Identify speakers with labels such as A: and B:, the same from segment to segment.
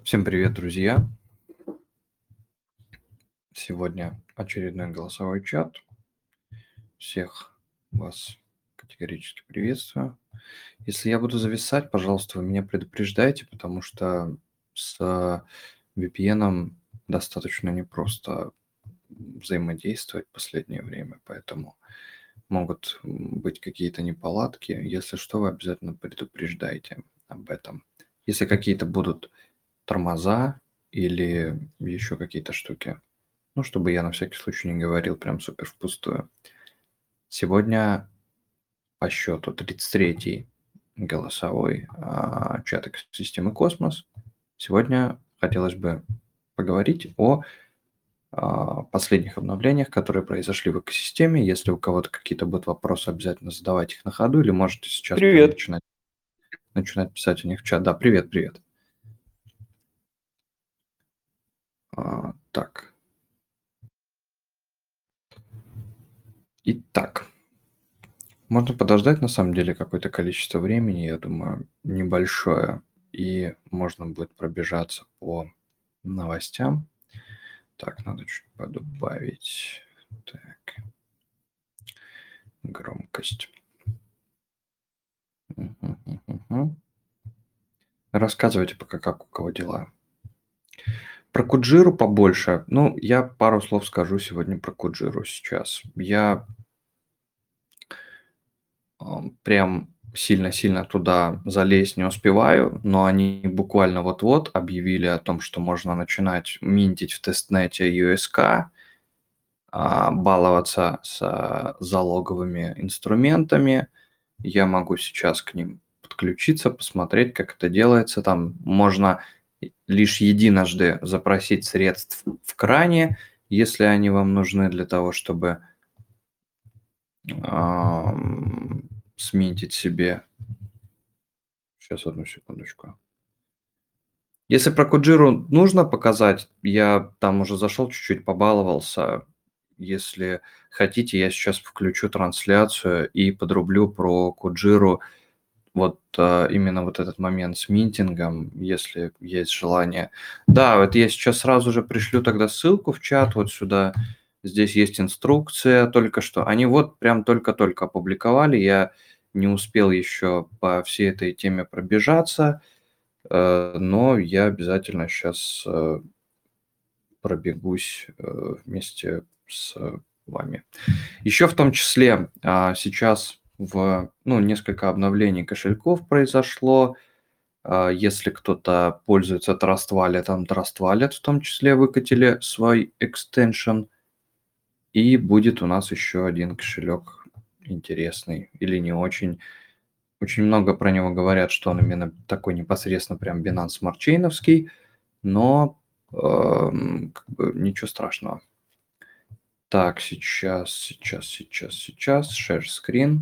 A: Всем привет, друзья! Сегодня очередной голосовой чат. Всех вас категорически приветствую. Если я буду зависать, пожалуйста, вы меня предупреждайте, потому что с VPN достаточно непросто взаимодействовать в последнее время, поэтому могут быть какие-то неполадки. Если что, вы обязательно предупреждайте об этом. Если какие-то будут тормоза или еще какие-то штуки, ну, чтобы я на всякий случай не говорил прям супер впустую. Сегодня по счету 33-й голосовой чат экосистемы «Космос». Сегодня хотелось бы поговорить о последних обновлениях, которые произошли в экосистеме. Если у кого-то какие-то будут вопросы, обязательно задавайте их на ходу, или можете сейчас прям
B: Привет.
A: начинать писать у них в чат. Да, привет, привет. Так. Итак, можно подождать на самом деле какое-то количество времени, я думаю, небольшое, и можно будет пробежаться по новостям. Так, надо чуть подубавить. Так, громкость. Мгм. Рассказывайте пока, как у кого дела. Про Куджиру побольше. Ну, я пару слов скажу сегодня про Куджиру сейчас. Я прям сильно-сильно туда залезть не успеваю, но они буквально вот-вот объявили о том, что можно начинать минтить в тестнете USK, баловаться с залоговыми инструментами. Я могу сейчас к ним подключиться, посмотреть, как это делается. Там можно лишь единожды запросить средств в кране, если они вам нужны для того, чтобы сминтить себе. Сейчас, одну секундочку. Если про Куджиру нужно показать, я там уже зашел, чуть-чуть побаловался. Если хотите, я сейчас включу трансляцию и подрублю про Куджиру вот именно вот этот момент с минтингом, если есть желание. Да, вот я сейчас сразу же пришлю тогда ссылку в чат вот сюда. Здесь есть инструкция только что. Они вот прям только-только опубликовали. Я не успел еще по всей этой теме пробежаться. Но я обязательно сейчас пробегусь вместе с вами. Еще в том числе сейчас несколько обновлений кошельков произошло. Если кто-то пользуется Trust Wallet, Trust Wallet в том числе выкатили свой экстеншн. И будет у нас еще один кошелек интересный или не очень. Очень много про него говорят, что он именно такой непосредственно прям Binance Smart Chain'овский, но как бы ничего страшного. Так, сейчас. Share screen.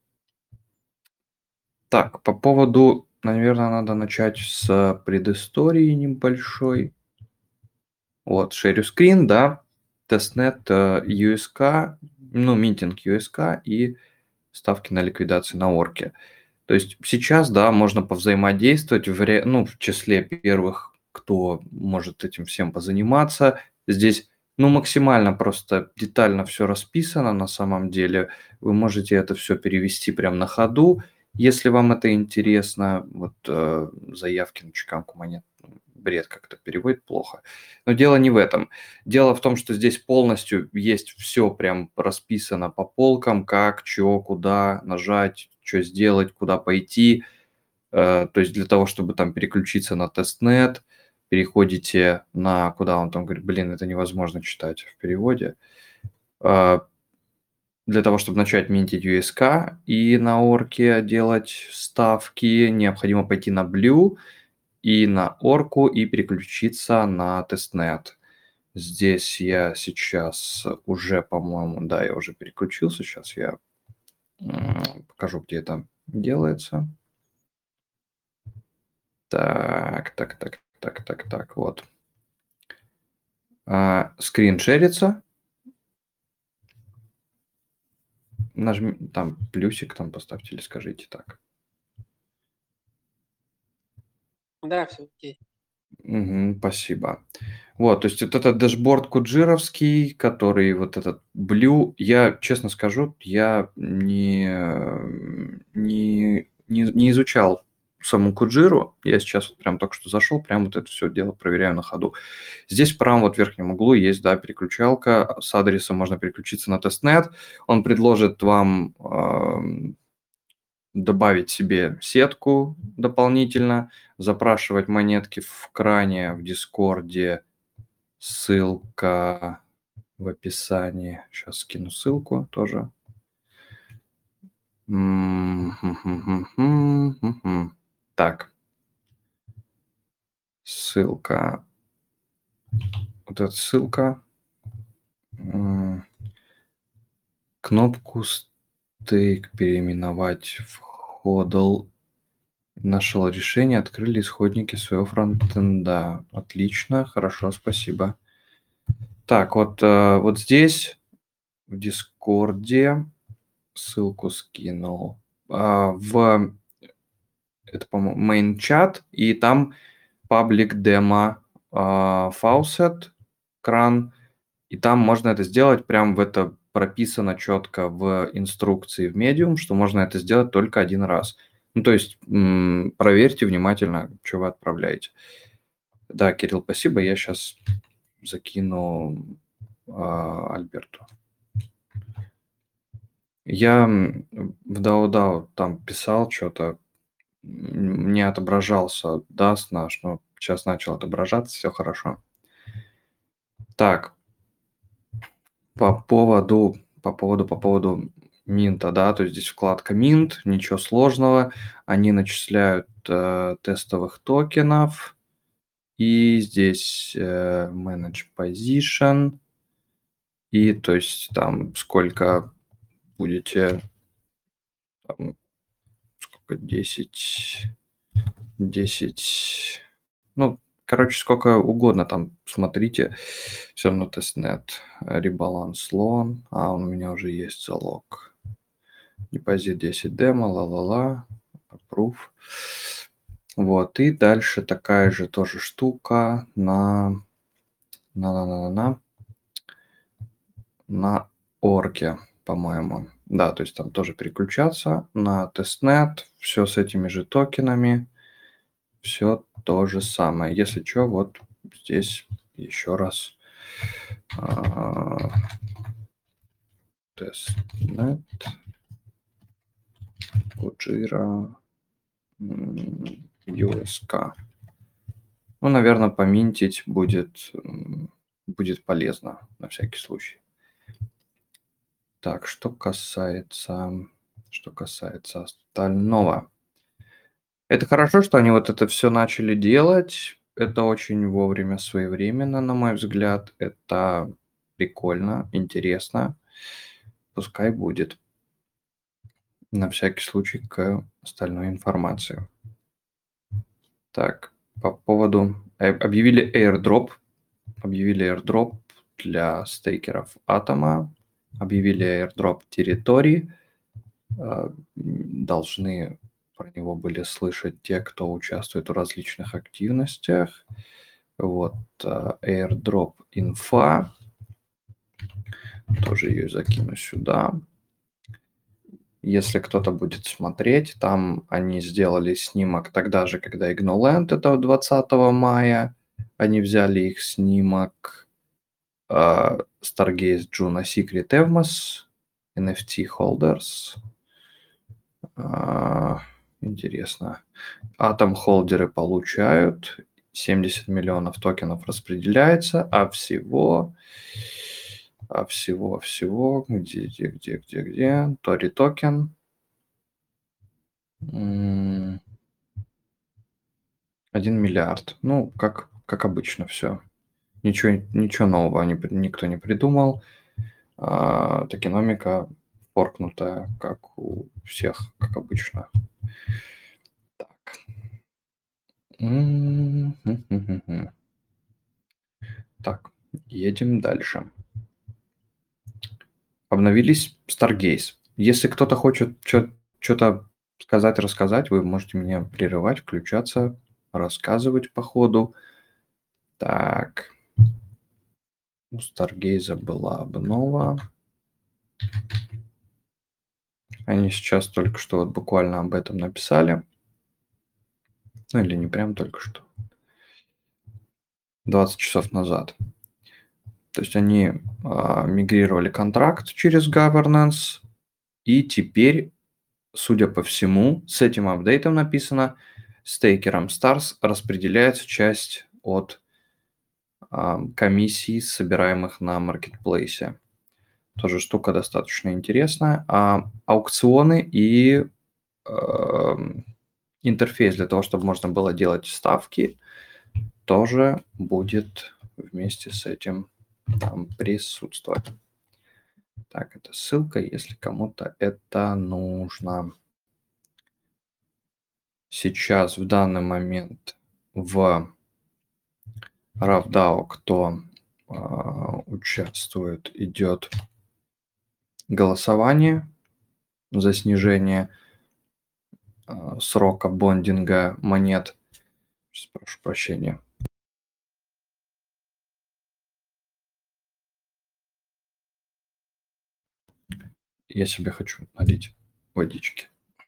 A: Так, по поводу, наверное, надо начать с предыстории небольшой. Вот, share screen, да, тестнет USK, минтинг USK и ставки на ликвидацию на орке. То есть сейчас, да, можно повзаимодействовать в числе первых, кто может этим всем позаниматься. Здесь, максимально просто детально все расписано на самом деле. Вы можете это все перевести прямо на ходу, если вам это интересно. Вот заявки на чеканку монет. Бред как-то переводит плохо. Но дело не в этом. Дело в том, что здесь полностью есть все прям расписано по полкам, как, чё, куда нажать, что сделать, куда пойти. То есть для того, чтобы там переключиться на тестнет, переходите на куда он там говорит, блин, это невозможно читать в переводе. Для того, чтобы начать минтить USK и на орке делать ставки, необходимо пойти на Blue и на орку и переключиться на тестнет. Здесь я сейчас уже, по-моему, да, я уже переключился. Сейчас я покажу, где это делается. Так, вот. Скрин шерится. Нажми там плюсик, там поставьте или скажите так.
B: Да, все окей.
A: Спасибо. Вот, то есть вот этот дэшборд куджировский, который вот этот Blue, я честно скажу, я не изучал саму Куджиру. Я сейчас вот прям только что зашел, прям вот это все дело проверяю на ходу. Здесь в правом вот верхнем углу есть, да, переключалка. С адресом можно переключиться на тестнет. Он предложит вам добавить себе сетку дополнительно, запрашивать монетки в кране, в Дискорде. Ссылка в описании. Сейчас скину ссылку тоже. Так, ссылка. Вот эта ссылка. Кнопку стейк переименовать в ходл. Нашел решение, открыли исходники своего фронтенда. Отлично, хорошо, спасибо. Так, вот здесь в Дискорде ссылку скинул. Это, по-моему, main чат, и там паблик демо faucet, кран, и там можно это сделать, прям в это прописано четко в инструкции в Medium, что можно это сделать только один раз. Ну, то есть проверьте внимательно, что вы отправляете. Да, Кирилл, спасибо, я сейчас закину Альберту. Я в DAO там писал что-то, не отображался даст наш, но сейчас начал отображаться, все хорошо. Так, по поводу Минта, да, то есть здесь вкладка Mint, ничего сложного. Они начисляют тестовых токенов, и здесь Manage Position, и то есть там сколько будете, там, сколько, 10, ну, короче, сколько угодно там смотрите, все равно тестнет, ребаланс лон, а у меня уже есть залог. Депозит 10 демо, ла-ла-ла, approve. Вот, и дальше такая же тоже штука на орке, по-моему. Да, то есть там тоже переключаться на тестнет, все с этими же токенами, все то же самое. Если что, вот здесь еще раз тестнет, Kujira, USK. Ну, наверное, поминтить будет полезно на всякий случай. Так, что касается остального. Это хорошо, что они вот это все начали делать. Это очень вовремя, своевременно, на мой взгляд. Это прикольно, интересно. Пускай будет. На всякий случай к остальной информации. Так, по поводу... Объявили airdrop для стейкеров Атома, объявили airdrop территорий. Должны про него были слышать те, кто участвует в различных активностях. Вот, airdrop инфа. Тоже ее закину сюда. Если кто-то будет смотреть, там они сделали снимок тогда же, когда Ignoland, это 20 мая. Они взяли их снимок. Stargaze Juno Secret Evmos, NFT Holders. Интересно. Атом-холдеры получают, 70 миллионов токенов распределяется, а всего, где? Тори токен. 1 миллиард. Ну, как обычно все. Ничего нового никто не придумал. Токеномика форкнутая, как у всех, как обычно. Так. Так, едем дальше. Обновились Stargaze. Если кто-то хочет что-то сказать, рассказать, вы можете меня прерывать, включаться, рассказывать по ходу. Так. У Stargaze была обнова. Они сейчас только что вот буквально об этом написали. Ну или не прям только что. 20 часов назад. То есть они мигрировали контракт через governance, и теперь, судя по всему, с этим апдейтом написано, стейкерам Stars распределяется часть от комиссий, собираемых на маркетплейсе. Тоже штука достаточно интересная. Аукционы и интерфейс для того, чтобы можно было делать ставки, тоже будет вместе с этим там присутствовать. Так, это ссылка, если кому-то это нужно. Сейчас, в данный момент, в RAWDAO, кто участвует, идет голосование за снижение срока бондинга монет. Сейчас, прошу прощения. Я себе хочу налить водички.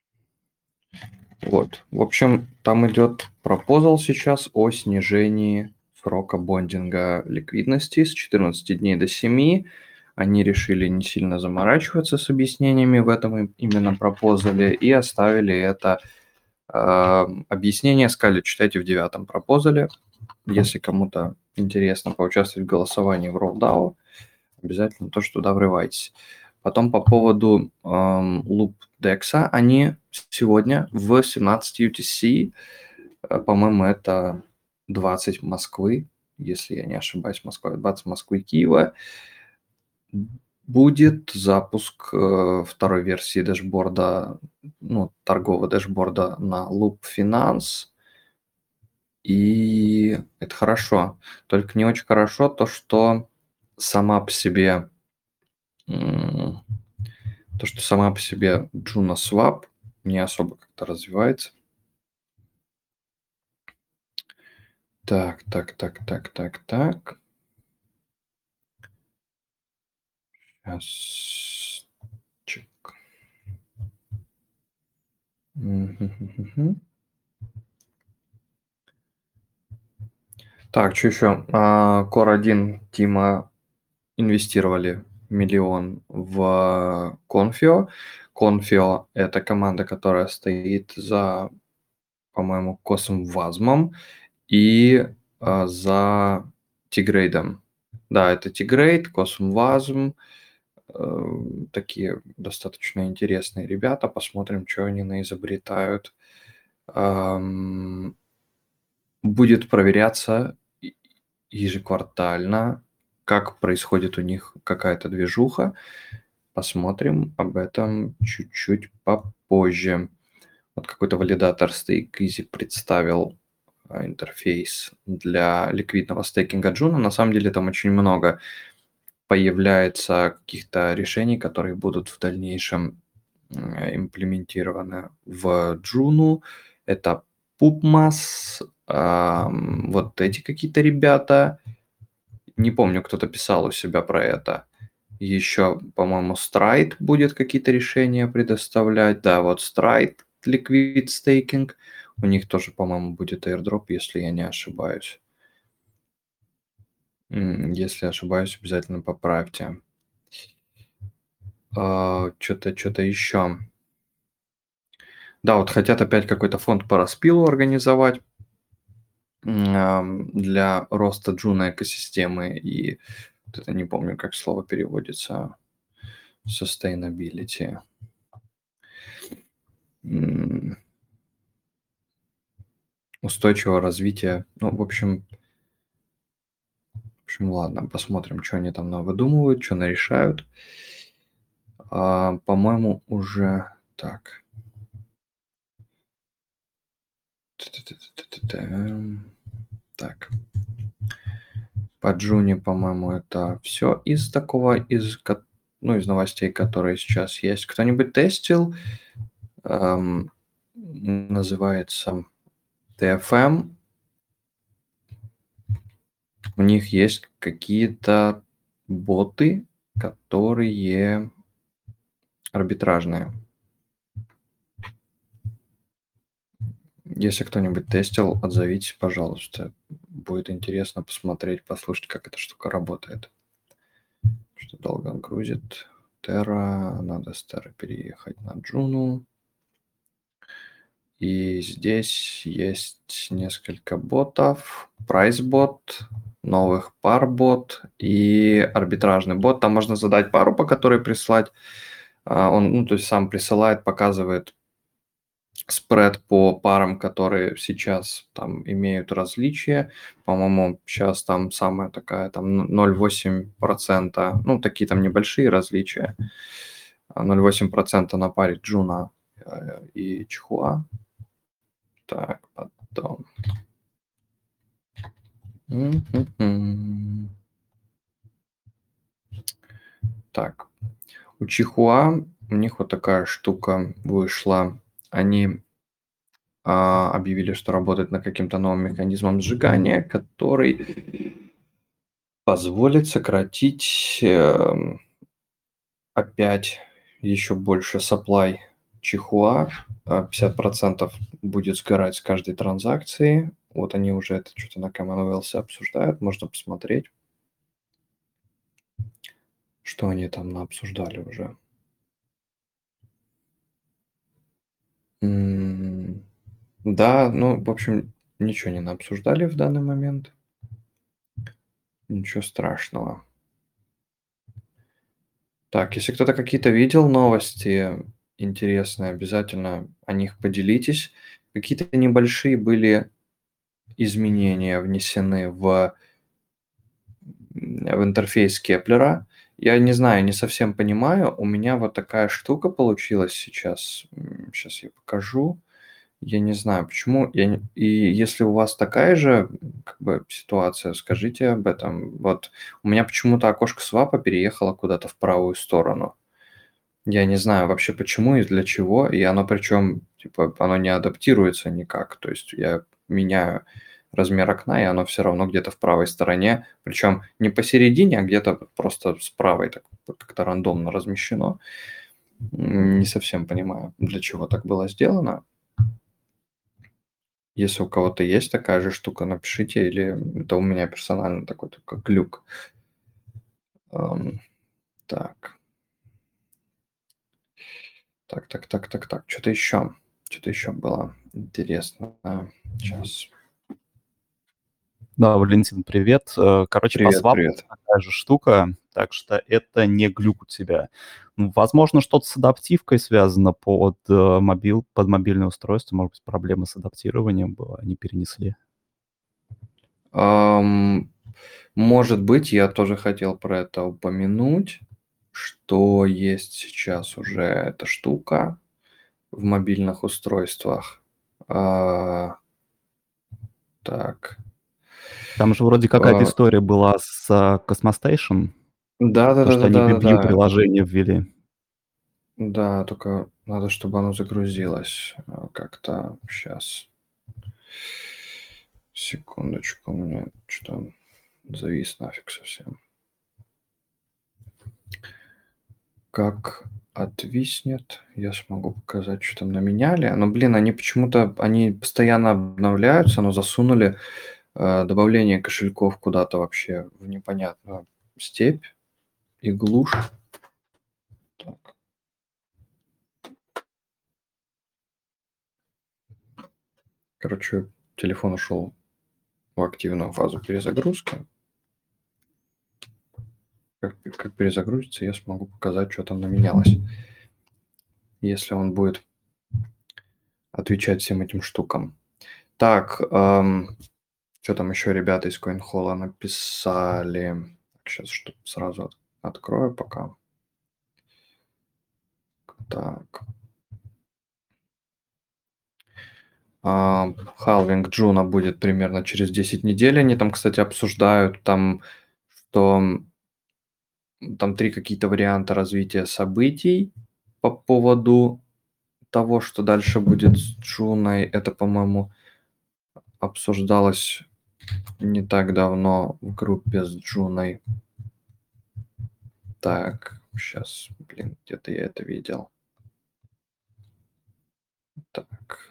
A: Вот. В общем, там идет пропозал сейчас о снижении срока бондинга ликвидности с 14 дней до 7. Они решили не сильно заморачиваться с объяснениями в этом именно пропозале и оставили это объяснение, сказали, читайте в 9-м пропозале. Если кому-то интересно поучаствовать в голосовании в RollDAO, обязательно тоже туда врывайтесь. Потом по поводу Loop DEX, они сегодня в 17 UTC, по-моему, это 20 Москвы, если я не ошибаюсь, Москва, 20 Москвы и Киева, будет запуск второй версии дэшборда, ну, торгового дэшборда на Loop Finance. И это хорошо. Только не очень хорошо то, что сама по себе JunoSwap не особо как-то развивается. Так. Сейчас. Чек. Так, что еще? Core 1 Тима инвестировали 1 миллион в Confio. Confio – это команда, которая стоит за, по-моему, Косом Вазмом и за Тигрейдом. Да, это Тигрейд, Косом Вазм. Такие достаточно интересные ребята. Посмотрим, что они наизобретают. Будет проверяться ежеквартально, как происходит у них какая-то движуха. Посмотрим об этом чуть-чуть попозже. Вот какой-то валидатор StakeEasy представил интерфейс для ликвидного стейкинга Juno. На самом деле там очень много появляется каких-то решений, которые будут в дальнейшем имплементированы в Juno. Это PubMass, вот эти какие-то ребята. Не помню, кто-то писал у себя про это. Еще, по-моему, Stride будет какие-то решения предоставлять. Да, вот Stride Liquid Staking. У них тоже, по-моему, будет airdrop, если я не ошибаюсь. Если ошибаюсь, обязательно поправьте. Что-то еще. Да, вот хотят опять какой-то фонд по распилу организовать для роста Juno экосистемы. И вот это не помню, как слово переводится. Sustainability. Устойчивого развития. Ну, в общем, ладно, посмотрим, что они там навыдумывают, что нарешают. По-моему, уже так. Так. По Джуне, по-моему, это все из такого, из новостей, которые сейчас есть. Кто-нибудь тестил? Называется TFM. у них есть какие-то боты, которые арбитражные. Если кто-нибудь тестил, отзовитесь, пожалуйста. Будет интересно посмотреть, послушать, как эта штука работает. Что долго он грузит. Terra, надо с Terra переехать на Juno. И здесь есть несколько ботов. Прайс-бот, новых пар-бот и арбитражный бот. Там можно задать пару, по которой прислать. Он, ну, то есть сам присылает, показывает спред по парам, которые сейчас там имеют различия. По-моему, сейчас там самая такая, там 0,8%, ну, такие там небольшие различия. 0,8% на паре Джуна и Чихуа. Так, потом. Так, у Чихуа у них вот такая штука вышла. Они объявили, что работают над каким-то новым механизмом сжигания, который позволит сократить опять еще больше supply Чихуа. 50% будет сгорать с каждой транзакции. Вот они уже это что-то на Commonwealth обсуждают. Можно посмотреть, что они там обсуждали уже. Да, ну, в общем, ничего не обсуждали в данный момент. Ничего страшного. Так, если кто-то какие-то видел новости интересные, обязательно о них поделитесь. Какие-то небольшие были изменения внесены в интерфейс Кеплера. Я не знаю, не совсем понимаю. У меня вот такая штука получилась сейчас. Сейчас я покажу. Я не знаю, почему. И если у вас такая же как бы ситуация, скажите об этом. Вот у меня почему-то окошко свапа переехало куда-то в правую сторону. Я не знаю вообще почему и для чего. И оно причем, типа, оно не адаптируется никак. То есть я меняю размер окна, и оно все равно где-то в правой стороне. Причем не посередине, а где-то просто с правой, так как-то рандомно размещено. Не совсем понимаю, для чего так было сделано. Если у кого-то есть такая же штука, напишите, или это у меня персонально такой только глюк. Так. Так. Что-то еще. Что-то еще было интересно. Сейчас.
B: Да, Валентин, привет. Короче, по
A: Привет,
B: свапу
A: привет.
B: такая же штука, так что это не глюк у тебя. Возможно, что-то с адаптивкой связано под мобильное устройство. Может быть, проблемы с адаптированием было, они перенесли.
A: Ам, Может быть, я тоже хотел про это упомянуть, что есть сейчас уже эта штука в мобильных устройствах. А, Так.
B: Там же вроде какая-то
A: А,
B: история была с Cosmostation, то, что они
A: Да-да-да-да-да-да.
B: WebView-приложение ввели.
A: Да, только надо, чтобы оно загрузилось как-то. Сейчас. Секундочку, у меня что-то завис нафиг совсем. Как отвиснет, я смогу показать, что там наменяли. Но, блин, они почему-то, они постоянно обновляются, но засунули добавление кошельков куда-то вообще в непонятную степь и глушь. Так. Короче, телефон ушел в активную фазу перезагрузки. Как перезагрузится, я смогу показать, что там наменялось. Если он будет отвечать всем этим штукам. Так, что там еще ребята из CoinHall написали? Сейчас сразу открою пока. Так. Халвинг Джуна будет примерно через 10 недель. Они там, кстати, обсуждают там, что там 3 какие-то варианта развития событий по поводу того, что дальше будет с Джуной. Это, по-моему, обсуждалось не так давно в группе с Джуной. Так, сейчас, блин, где-то я это видел. Так.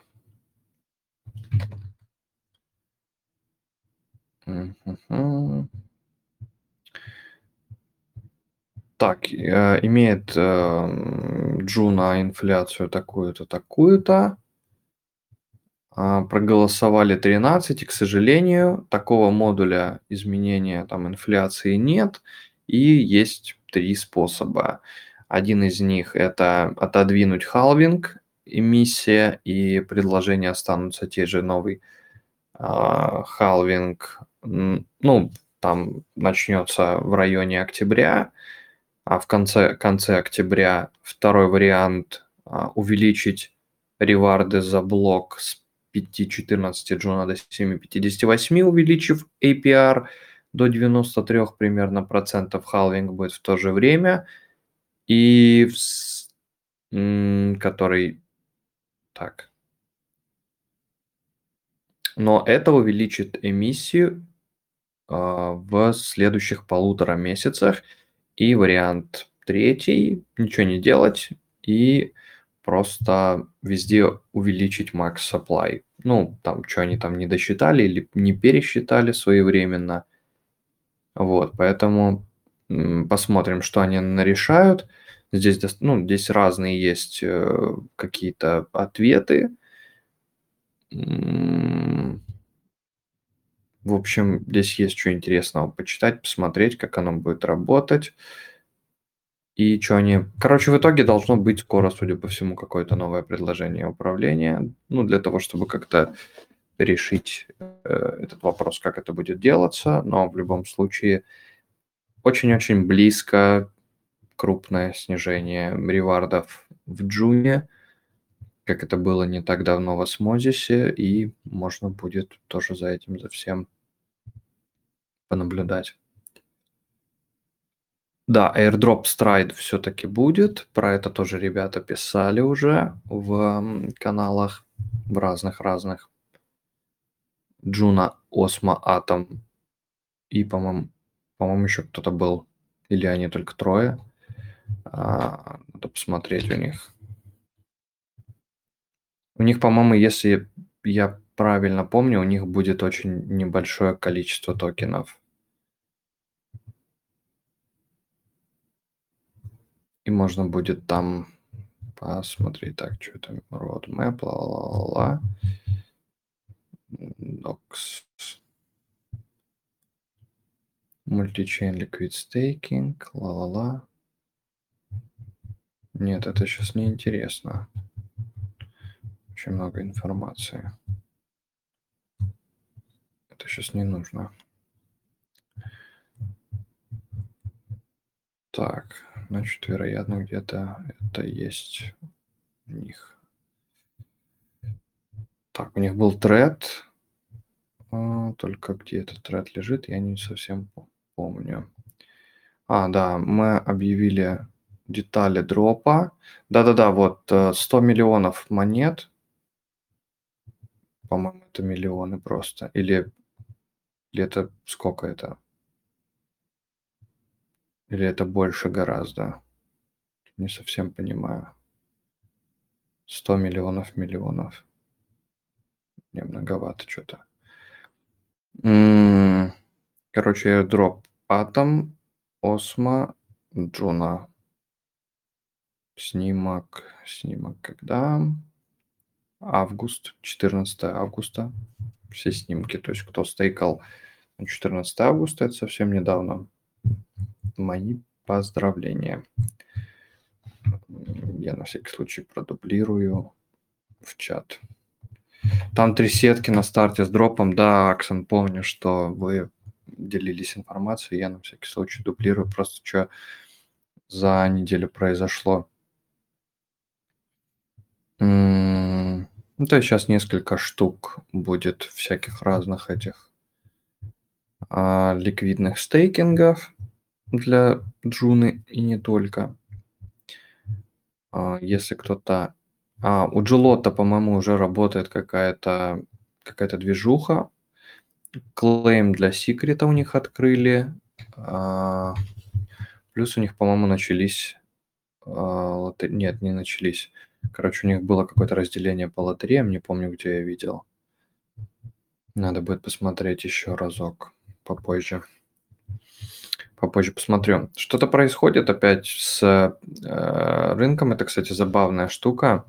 A: Мгм. Так, имеет Джуна инфляцию такую-то, такую-то. Проголосовали 13, и, к сожалению, такого модуля изменения там инфляции нет, и есть 3 способа. Один из них — это отодвинуть халвинг, эмиссия и предложения останутся те же. Новый халвинг, ну, там начнется в районе октября, а в конце октября второй вариант увеличить реварды за блок с 5,14 джуна до 7,58, увеличив APR до 93 примерно процентов. Халвинг будет в то же время. И который... Так. Но это увеличит эмиссию в следующих 1,5 месяцах. И вариант третий — ничего не делать и просто везде увеличить max supply. Ну, там, что они там не досчитали или не пересчитали своевременно. Вот, поэтому посмотрим, что они нарешают. Здесь, ну, здесь разные есть какие-то ответы. В общем, здесь есть что интересного почитать, посмотреть, как оно будет работать. И что они... Короче, в итоге должно быть скоро, судя по всему, какое-то новое предложение управления. Ну, для того, чтобы как-то решить этот вопрос, как это будет делаться. Но в любом случае очень-очень близко крупное снижение ревардов в Джуне, как это было не так давно в Осмозисе, и можно будет тоже за этим, за всем понаблюдать. Да, airdrop Stride все-таки будет. Про это тоже ребята писали уже в каналах, в разных. Джуна, Осмо, Атом и, по-моему, еще кто-то был. Или они только трое. Надо посмотреть у них. У них, по-моему, если я правильно помню, у них будет очень небольшое количество токенов. И можно будет там посмотреть. Так, что там? Roadmap, ла-ла-ла-ла. Docs. Multi-chain liquid staking, ла-ла-ла. Нет, это сейчас не интересно. Очень много информации. Это сейчас не нужно. Так, значит, вероятно, где-то это есть у них. Так, у них был тред. Только где этот тред лежит, я не совсем помню. Да, мы объявили детали дропа. Да-да-да, вот 100 миллионов монет. По-моему, это миллионы просто. Или это сколько это? Или это больше гораздо? Не совсем понимаю. 100 миллионов. Не, многовато что-то. Короче, airdrop Atom, Osmo, Джуна. Снимок когда? Август, 14 августа. Все снимки, то есть кто стейкал на 14 августа, это совсем недавно. Мои поздравления. Я на всякий случай продублирую в чат. Там 3 сетки на старте с дропом. Да, Аксон, помню, что вы делились информацией. Я на всякий случай дублирую просто, что за неделю произошло. Ну, то есть сейчас несколько штук будет всяких разных этих ликвидных стейкингов для Джуны и не только. Если кто-то... у Джилота, по-моему, уже работает какая-то движуха. Claim для секрета у них открыли. Плюс у них, по-моему, начались... Нет, не начались. Короче, у них было какое-то разделение по лотереям, не помню, где я видел. Надо будет посмотреть еще разок попозже. Попозже посмотрю. Что-то происходит опять с рынком. Это, кстати, забавная штука.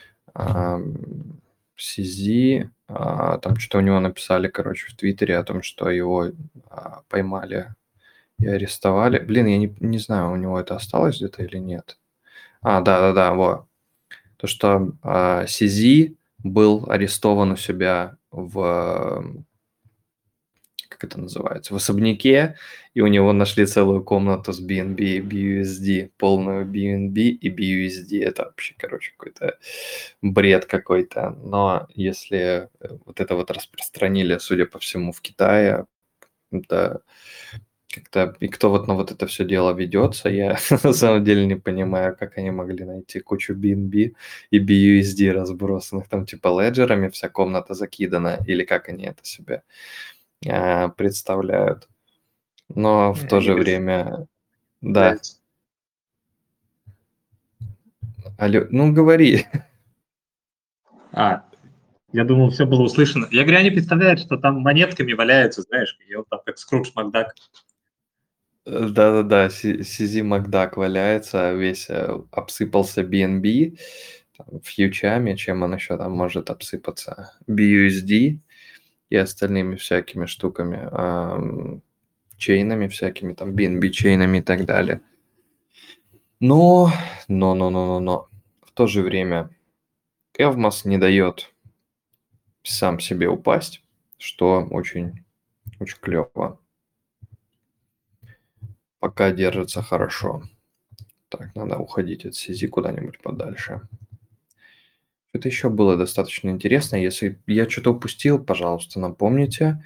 A: CZ, там что-то у него написали, короче, в Твиттере о том, что его поймали и арестовали. Блин, я не знаю, у него это осталось где-то или нет. Да, вот. То, что CZ был арестован у себя в... Как это называется? В особняке, и у него нашли целую комнату с BNB и BUSD, полную BNB и BUSD. Это вообще, короче, какой-то бред какой-то. Но если вот это вот распространили, судя по всему, в Китае, да, как-то и кто вот на вот это все дело ведется, я на самом деле не понимаю, как они могли найти кучу BNB и BUSD разбросанных там типа леджерами, вся комната закидана, или как они это себе представляют. Но в то
C: Они
A: же время, да.
C: представляют.
A: Алло, ну говори.
C: Я думал, все было услышано. Я говорю, они представляют, что там монетками валяются, знаешь, и он там как Скрудж Макдак.
A: Да-да-да, CZ Макдак валяется, весь обсыпался BNB, там, фьючами, чем он еще там может обсыпаться, BUSD и остальными всякими штуками, чейнами всякими, там, BNB-чейнами и так далее. Но, в то же время Evmos не дает сам себе упасть, что очень, очень клево. Пока держится хорошо. Так, надо уходить от CZ куда-нибудь подальше. Это еще было достаточно интересно. Если я что-то упустил, пожалуйста, напомните.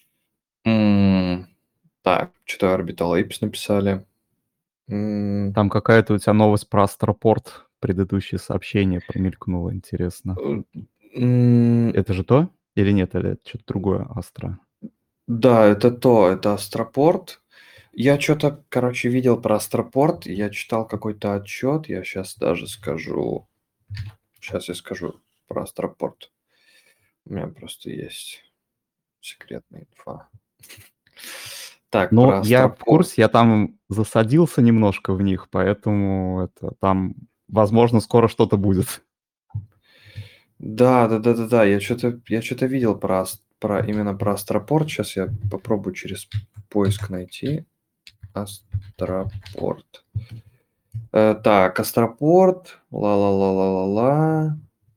A: Так, что-то Orbital Apes написали.
B: Там какая-то у тебя новость про Астропорт, предыдущее сообщение промелькнуло, интересно. Это же то или нет, или это что-то другое, Астра?
A: Да, это Астропорт. Я что-то, короче, видел про Астропорт, я читал какой-то отчет, я сейчас даже скажу. Сейчас я скажу про Астропорт. У меня просто есть секретная инфа. Так,
B: Ну,
A: про
B: я в
A: Астропорт.
B: курсе, я там засадился немножко в них, поэтому это там, возможно, скоро что-то будет.
A: Да, я что-то видел именно про Астропорт. Сейчас я попробую через поиск найти. Астропорт. Так, Астропорт. Ла-ла-ла-ла-ла-ла.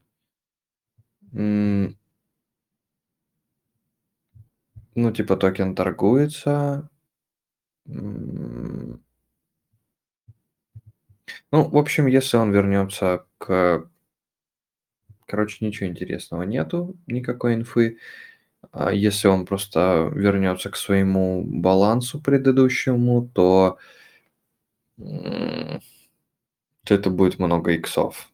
A: Ну, типа токен торгуется. Ну, в общем, если он вернется к... Короче, ничего интересного нету, никакой инфы. А если он просто вернется к своему балансу предыдущему, то это будет много иксов.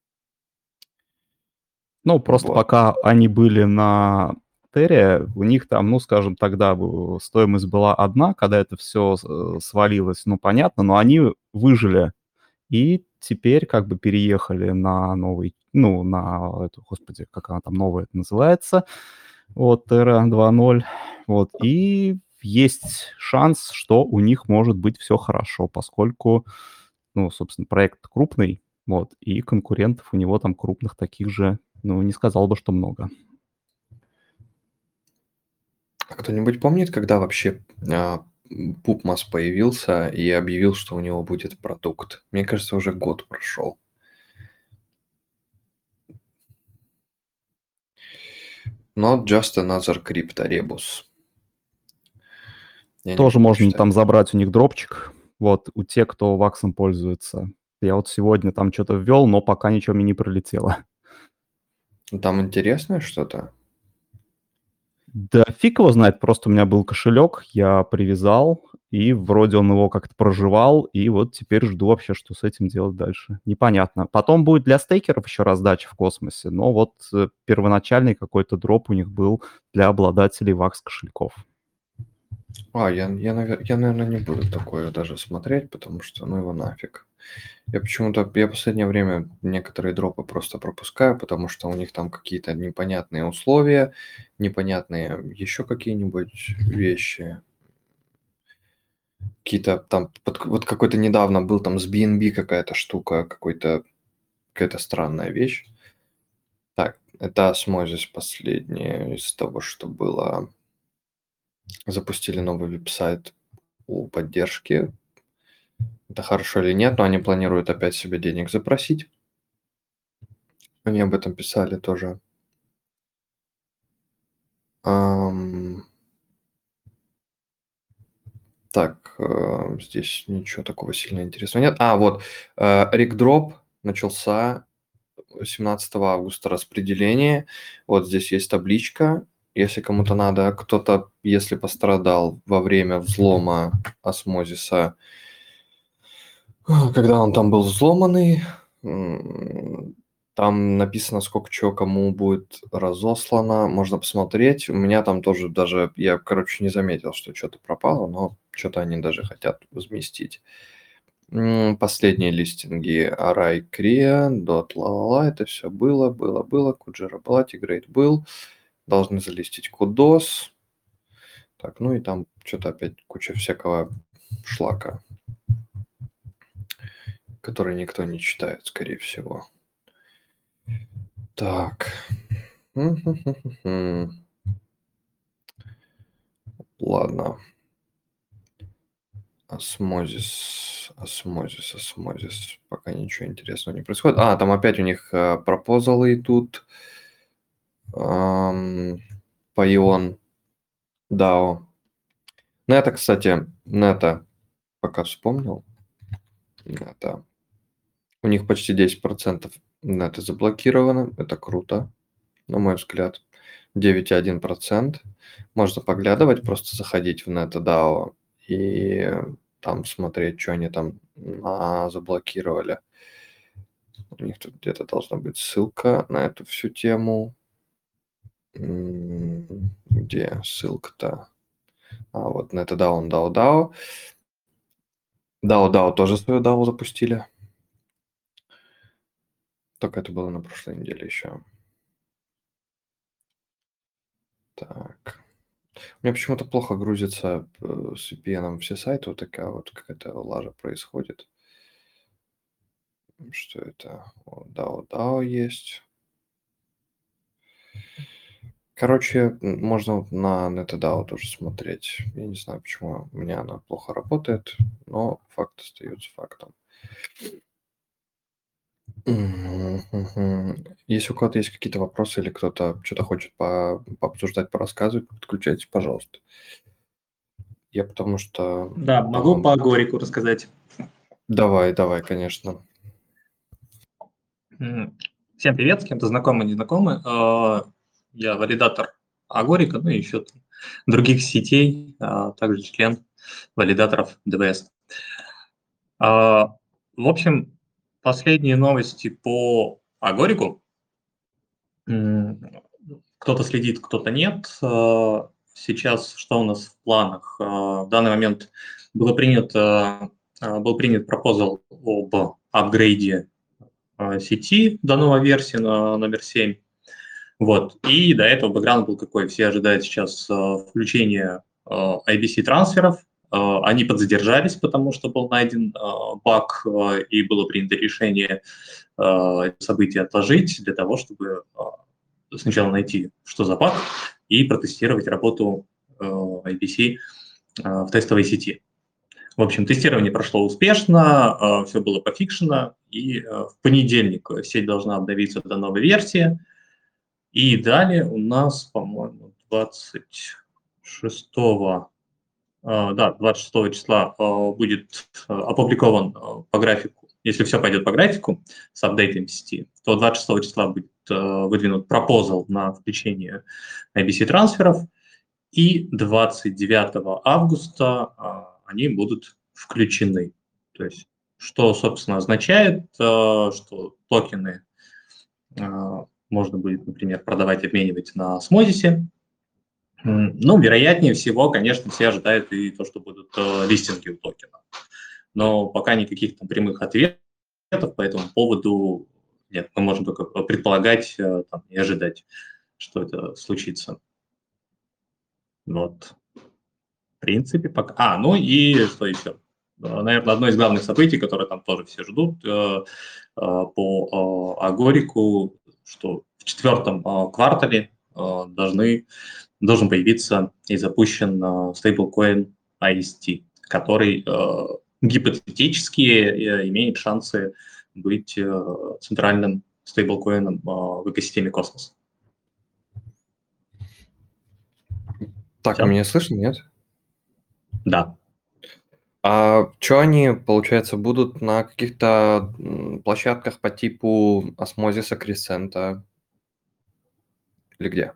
B: Ну, просто
A: Вот.
B: пока они были на Терре, у них там, ну, скажем, тогда стоимость была одна, когда это все свалилось, ну, понятно, но они выжили. И теперь как бы переехали на новый, ну, на эту, господи, как она там новая это называется, вот, Terra 2.0, вот, и есть шанс, что у них может быть все хорошо, поскольку, ну, собственно, проект крупный, вот, и конкурентов у него там крупных таких же, ну, не сказал бы, что много.
A: А кто-нибудь помнит, когда вообще Пупмас появился и объявил, что у него будет продукт? Мне кажется, уже год прошел. Not just another crypto-rebus. Я не
B: Тоже
A: буду
B: можно
A: читать.
B: там забрать у них дропчик, вот, у тех, кто ваксом пользуется. Я вот сегодня там что-то ввел, но пока ничего мне не прилетело.
A: Там интересное что-то?
B: Да фиг его знает, просто у меня был кошелек, я привязал, и вроде он его как-то проживал, и вот теперь жду вообще, что с этим делать дальше. Непонятно. Потом будет для стейкеров еще раздача в космосе, но вот первоначальный какой-то дроп у них был для обладателей вакс кошельков.
A: Я, наверное, не буду такое даже смотреть, потому что, ну его нафиг. Я последнее время некоторые дропы просто пропускаю, потому что у них там какие-то непонятные условия, непонятные еще какие-нибудь вещи. Какие-то там, вот какой-то недавно был там с BNB какая-то штука, какая-то странная вещь. Так, это Osmosis последнее из того, что было. Запустили новый веб-сайт у поддержки. Это хорошо или нет, но они планируют опять себе денег запросить. Они об этом писали тоже. Так, здесь ничего такого сильно интересного нет. Вот, ригдроп начался 17 августа, распределение. Вот здесь есть табличка. Если кому-то надо, кто-то, если пострадал во время взлома осмозиса, когда он там был взломанный, там написано, сколько чего кому будет разослано. Можно посмотреть. У меня там тоже даже... Я, не заметил, что что-то пропало, но что-то они даже хотят возместить. Последние листинги Array, Kria, Dot, ла-ла-ла, это все было. Куджера была, Тигрейт был. Должны залистить Кудос. Так, ну и там что-то опять куча всякого шлака, который никто не читает, скорее всего. Так. Ладно. Осмозис. Пока ничего интересного не происходит. Там опять у них пропозалы идут. Paion DAO. Нета, кстати, пока вспомнил. Нета. У них почти 10% нета заблокировано. Это круто, на мой взгляд. 9,1%. Можно поглядывать, просто заходить в NetaDAO и там смотреть, что они там заблокировали. У них тут где-то должна быть ссылка на эту всю тему. Где ссылка-то? Вот NetaDAO, DAO. DAO тоже свою DAO запустили. Только это было на прошлой неделе еще. Так. У меня почему-то плохо грузится с VPN все сайты. Вот такая вот какая-то лажа происходит. Что это? DAO есть. Короче, можно на NetaDAO тоже смотреть. Я не знаю, почему у меня она плохо работает, но факт остается фактом. Если у кого-то есть какие-то вопросы или кто-то что-то хочет пообсуждать, порассказывать, подключайтесь, пожалуйста. Я потому что...
C: Да, могу по Агорику рассказать.
A: Давай, конечно.
C: Всем привет, с кем-то знакомы, не знакомы. Я валидатор Агорика, ну и еще других сетей, также член валидаторов ДВС. В общем, последние новости по Агорику. Кто-то следит, кто-то нет. Сейчас что у нас в планах? В данный момент был принят пропозал об апгрейде сети до новой версии на номер 7. Вот. И до этого бэкграунд был какой? Все ожидают сейчас включения IBC трансферов. Они подзадержались, потому что был найден баг, и было принято решение события отложить для того, чтобы сначала найти, что за баг, и протестировать работу IBC в тестовой сети. В общем, тестирование прошло успешно, все было пофикшено, и в понедельник сеть должна обновиться до новой версии. И далее у нас, по-моему, 26 числа будет опубликован по графику, если все пойдет по графику с апдейтом сети, то 26 числа будет выдвинут пропозал на включение IBC трансферов, и 29 августа они будут включены. То есть, что, собственно, означает, что токены можно будет, например, продавать, обменивать на осмозисе. Ну, вероятнее всего, конечно, все ожидают и то, что будут листинги у токена. Но пока никаких там прямых ответов по этому поводу нет. Мы можем только предполагать там, и ожидать, что это случится. Вот. В принципе, пока... ну и что еще? Наверное, одно из главных событий, которое там тоже все ждут по Агорику, что в 4 квартале должен появиться и запущен стейблкоин IST, который гипотетически имеет шансы быть центральным стейблкоином в экосистеме Космос.
A: Так,
C: Всё?
A: меня слышно, нет?
C: Да.
A: А что они, получается, будут на каких-то площадках по типу Осмозиса, Кресента? Или где?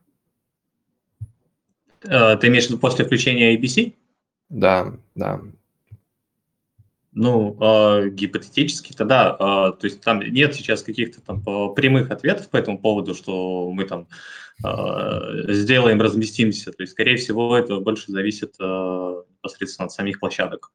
C: Ты имеешь в виду после включения ABC?
A: Да, да.
C: Ну, гипотетически-то да. То есть там нет сейчас каких-то там прямых ответов по этому поводу, что мы там сделаем, разместимся. То есть, скорее всего, это больше зависит непосредственно от самих площадок.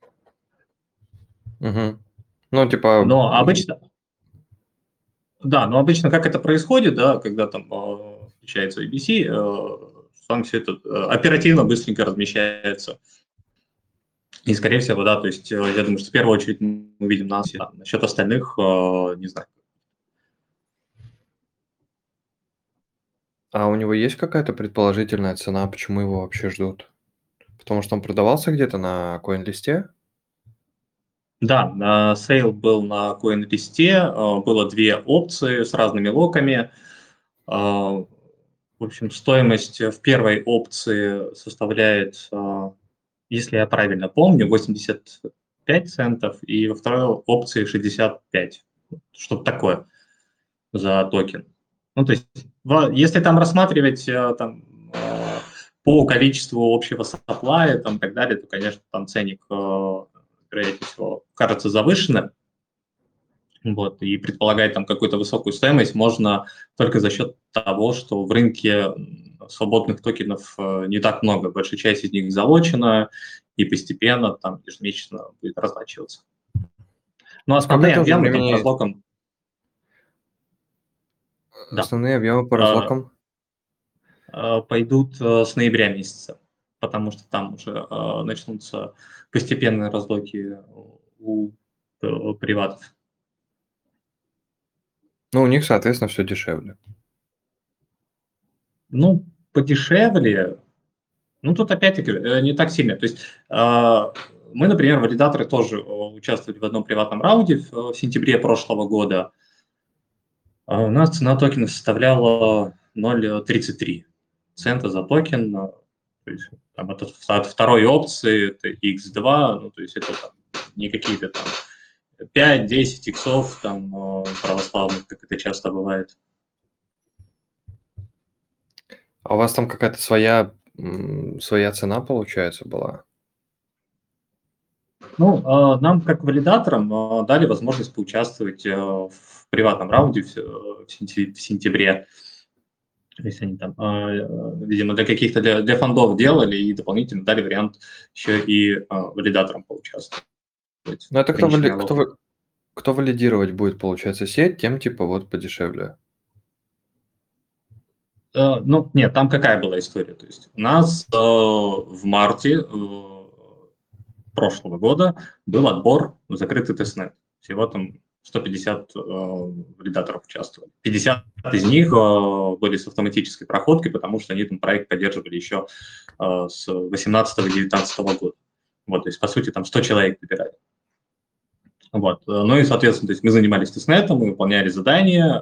A: Угу. Ну, типа...
C: Но обычно, да, но обычно как это происходит, да, когда там включается ABC, там все это оперативно, быстренько размещается. И, скорее всего, да, то есть я думаю, что в первую очередь мы увидим нас, да, насчет остальных, не знаю.
A: А у него есть какая-то предположительная цена, почему его вообще ждут? Потому что он продавался где-то на CoinList'е?
C: Да, сейл был на CoinList'е, было 2 опции с разными локами. В общем, стоимость в первой опции составляет, если я правильно помню, 85 центов, и во второй опции 65, что-то такое за токен. Ну, то есть, если там рассматривать там, по количеству общего сапплая и так далее, то, конечно, там ценник, вероятнее всего, кажется завышенным. Вот, и предполагать там какую-то высокую стоимость можно только за счет того, что в рынке свободных токенов не так много, большая часть из них залочена, и постепенно там ежемесячно будет разлачиваться. Но
A: Сколько
C: основные
A: это уже
C: объемы там по
A: времени?
C: разлокам... Да.
A: Основные объемы по разлокам?
C: Пойдут с ноября месяца, потому что там уже начнутся постепенные разлоки у приватов.
A: Ну, у них, соответственно, все дешевле.
C: Ну, подешевле, ну, тут опять-таки не так сильно. То есть мы, например, валидаторы тоже участвовали в одном приватном раунде в сентябре прошлого года. У нас цена токена составляла 0,33 цента за токен. То есть, там, от второй опции это X2, ну, то есть это там, не какие-то там 5-10 иксов там, православных, как это часто бывает.
A: А у вас там какая-то своя цена, получается, была?
C: Ну, нам, как валидаторам, дали возможность поучаствовать в приватном раунде в сентябре. То есть они там, видимо, для каких-то для фондов делали и дополнительно дали вариант еще и валидаторам поучаствовать.
A: Ну, это
C: Ограниченная лока.
A: кто валидировать будет, получается, сеть, тем типа вот подешевле.
C: Ну, нет, там какая была история? То есть у нас в марте прошлого года был отбор в закрытый тестнет. Всего там 150 валидаторов участвовали. 50 из них были с автоматической проходкой, потому что они там проект поддерживали еще с 18-19 года. Вот, то есть, по сути, там 100 человек выбирали. Вот. Ну и, соответственно, то есть мы занимались тестнетом, мы выполняли задания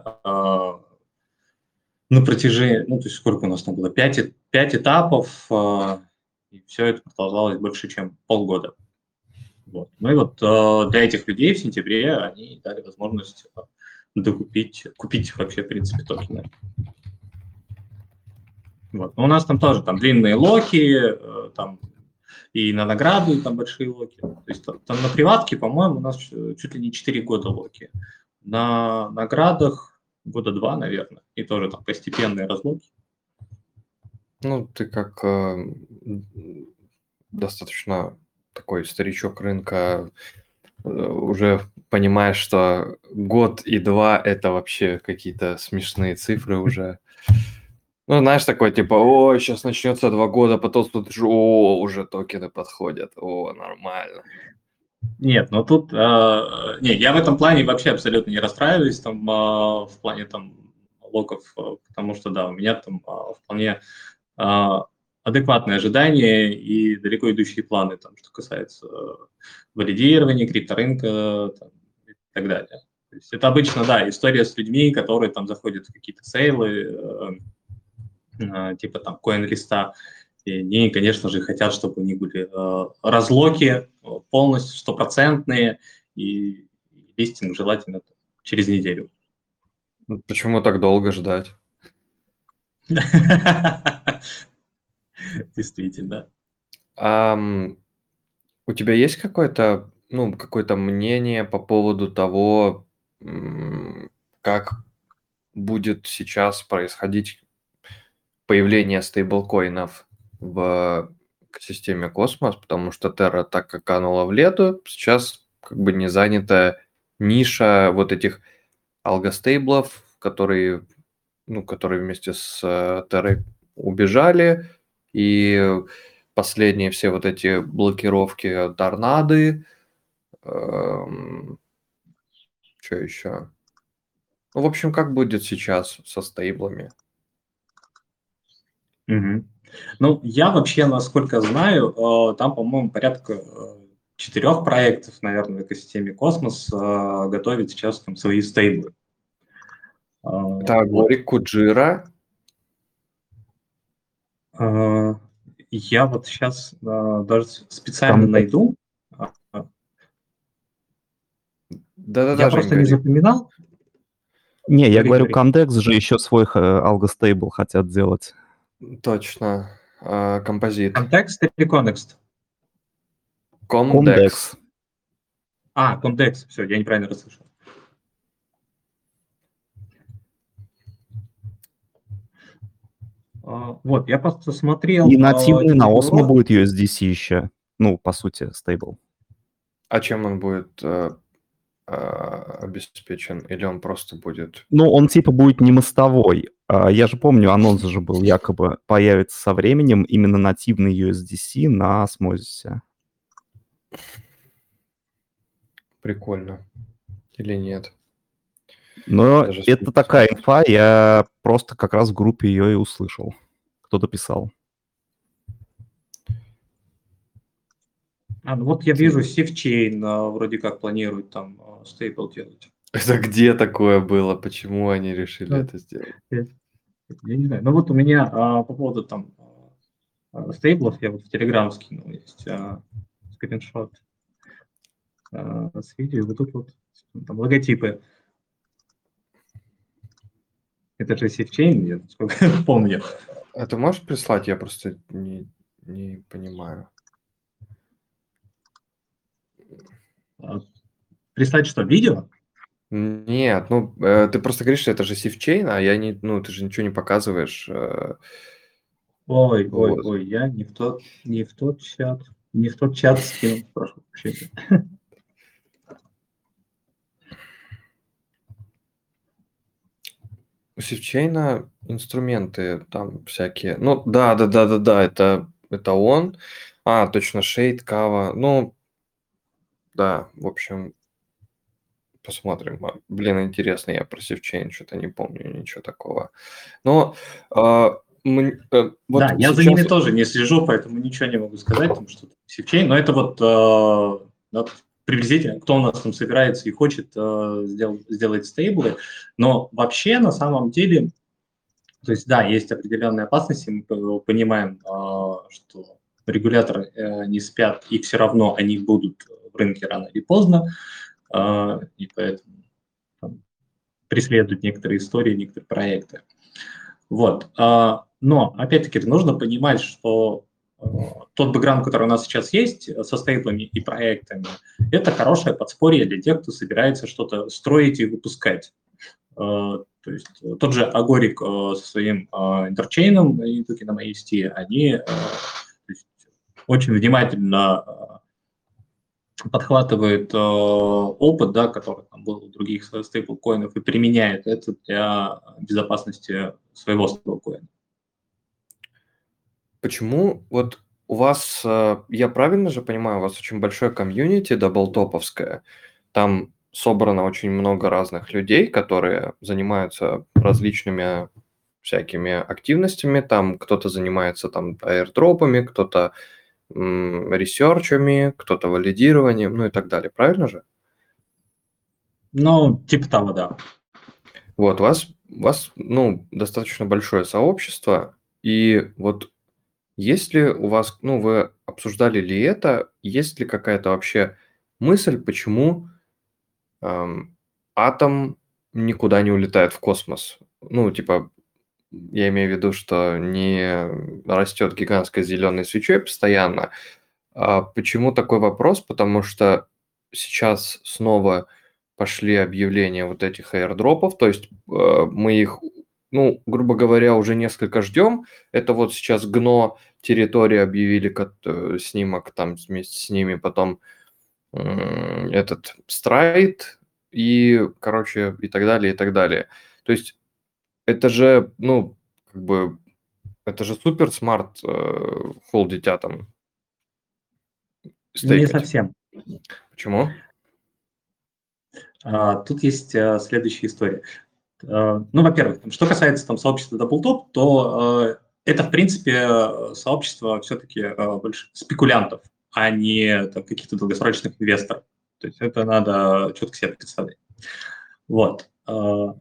C: на протяжении, ну, то есть сколько у нас там было, 5 этапов, и все это продолжалось больше, чем полгода. Вот. Ну и вот для этих людей в сентябре они дали возможность купить вообще, в принципе, токены. Вот. Но у нас там тоже там длинные локи, там И на награды там большие локи. То есть там на приватке, по-моему, у нас чуть ли не 4 года локи. На наградах года 2, наверное. И тоже там постепенные разлоки.
A: Ну, ты как достаточно такой старичок рынка уже понимаешь, что год и 2 это вообще какие-то смешные цифры уже. Ну, знаешь, такой типа, о, сейчас начнется 2 года, потом смотришь, о, уже токены подходят, о, нормально.
C: Нет, но тут, не, я в этом плане вообще абсолютно не расстраиваюсь там в плане там локов, потому что, да, у меня там вполне адекватные ожидания и далеко идущие планы, там, что касается валидирования, крипторынка там, и так далее. То есть это обычно, да, история с людьми, которые там заходят в какие-то сейлы, типа там CoinList'а, и они, конечно же, хотят, чтобы у них были разлоки полностью стопроцентные, и листинг желательно через неделю.
A: Почему так долго ждать?
C: Действительно.
A: У тебя есть какое-то, ну, какое-то мнение по поводу того, как будет сейчас происходить появление стейблкоинов в экосистеме Космос, потому что Terra так как канула в лету, сейчас как бы не занята ниша вот этих алгостейблов, которые вместе с Terra убежали, и последние все вот эти блокировки торнады, что еще? Ну, в общем, как будет сейчас со стейблами?
C: Мгм. Ну, я вообще, насколько знаю, там, по-моему, порядка 4 проектов, наверное, в экосистеме Космос готовят сейчас там свои стейблы.
A: Это
C: Вот.
A: Агорик, Куджира.
C: Я вот сейчас даже специально
B: Там
C: найду. А, Я
A: Да-да-да, Жень,
C: просто не
A: говори.
C: запоминал.
B: Не, я
C: Говори,
B: говорю,
C: говори.
B: Comdex же еще свой алгостейбл хотят сделать.
A: Точно. Композит.
C: Контекст или конекст?
A: Comdex.
B: Comdex.
C: Контекст. Все, я неправильно расслышал. Вот, я просто смотрел
B: И нативный на Osmo
C: типа
B: будет USDC еще. Ну, по сути, стейбл.
A: А чем он будет обеспечен? Или он просто будет...
B: Ну, он типа будет не мостовой. Я же помню, анонс же был, якобы появится со временем именно нативный USDC на Osmosis.
A: Прикольно. Или нет?
B: Но
A: Даже
B: это
A: смысла.
B: такая инфа, я просто как раз в группе ее и услышал. Кто-то писал.
C: ну вот я вижу SafeChain вроде как планирует там стейбл делать.
A: Это где такое было? Почему они решили
C: Ну,
A: это сделать?
C: Я не знаю. Ну вот у меня по поводу там стейблов, я вот в Telegram скинул, есть скриншот с видео, и вот тут вот там логотипы. Это же SafeChain, я сколько помню.
A: А ты можешь прислать? Я просто не понимаю.
C: Прислать что, видео?
A: Нет, ты просто говоришь, что это же сифчейн, а я не, ты же ничего не показываешь. Вот.
C: Ой, я не в тот чат скинул, прошу прощения.
A: У сифчейна инструменты там всякие. Ну, да, это он. Точно, Shade, Kava. Ну, да, в общем, посмотрим. Блин, интересно, я про сифчейн что-то не помню, ничего такого. Но вот
C: Да, я за
A: сейчас...
C: ними тоже не слежу, поэтому ничего не могу сказать, потому что SafeChain, но это вот да, приблизительно, кто у нас там собирается и хочет сделать стейблы, но вообще на самом деле, то есть да, есть определенные опасности, мы понимаем, что регуляторы не спят, и все равно они будут в рынке рано или поздно, и поэтому там, преследуют некоторые истории, некоторые проекты. Вот. Но, опять-таки, нужно понимать, что тот бэкграунд, который у нас сейчас есть со стейблами и проектами, это хорошее подспорье для тех, кто собирается что-то строить и выпускать. То есть тот же Агорик со своим интерчейном и токеном AST, они очень внимательно подхватывают опыт, да, который там был у других стейблкоинов, и применяют это для безопасности своего стейблкоина.
A: Почему вот у вас, я правильно же понимаю, у вас очень большое комьюнити даблтоповское, там собрано очень много разных людей, которые занимаются различными всякими активностями, там кто-то занимается там аирдропами, кто-то ресерчами, кто-то валидированием, ну и так далее, правильно же?
C: Ну, типа того, да.
A: Вот, у вас, ну, достаточно большое сообщество, и вот есть ли у вас, ну, вы обсуждали ли это, есть ли какая-то вообще мысль, почему атом никуда не улетает в космос? Ну, типа, я имею в виду, что не растет гигантской зеленой свечой постоянно. А почему такой вопрос? Потому что сейчас снова пошли объявления вот этих airdropов, то есть мы их, ну, грубо говоря, уже несколько ждем. Это вот сейчас ГНО территории объявили снимок там вместе с ними, потом этот страйт и, короче, и так далее, и так далее. То есть это же, ну, как бы, это же супер смарт холдить атом,
C: Не
A: стейкать.
C: совсем.
A: Почему?
C: Тут есть следующая история. Ну, во-первых, что касается там сообщества Даблтоп, то это, в принципе, сообщество все-таки больше спекулянтов, а не там, каких-то долгосрочных инвесторов. То есть это надо четко себе представлять. Вот. Ну,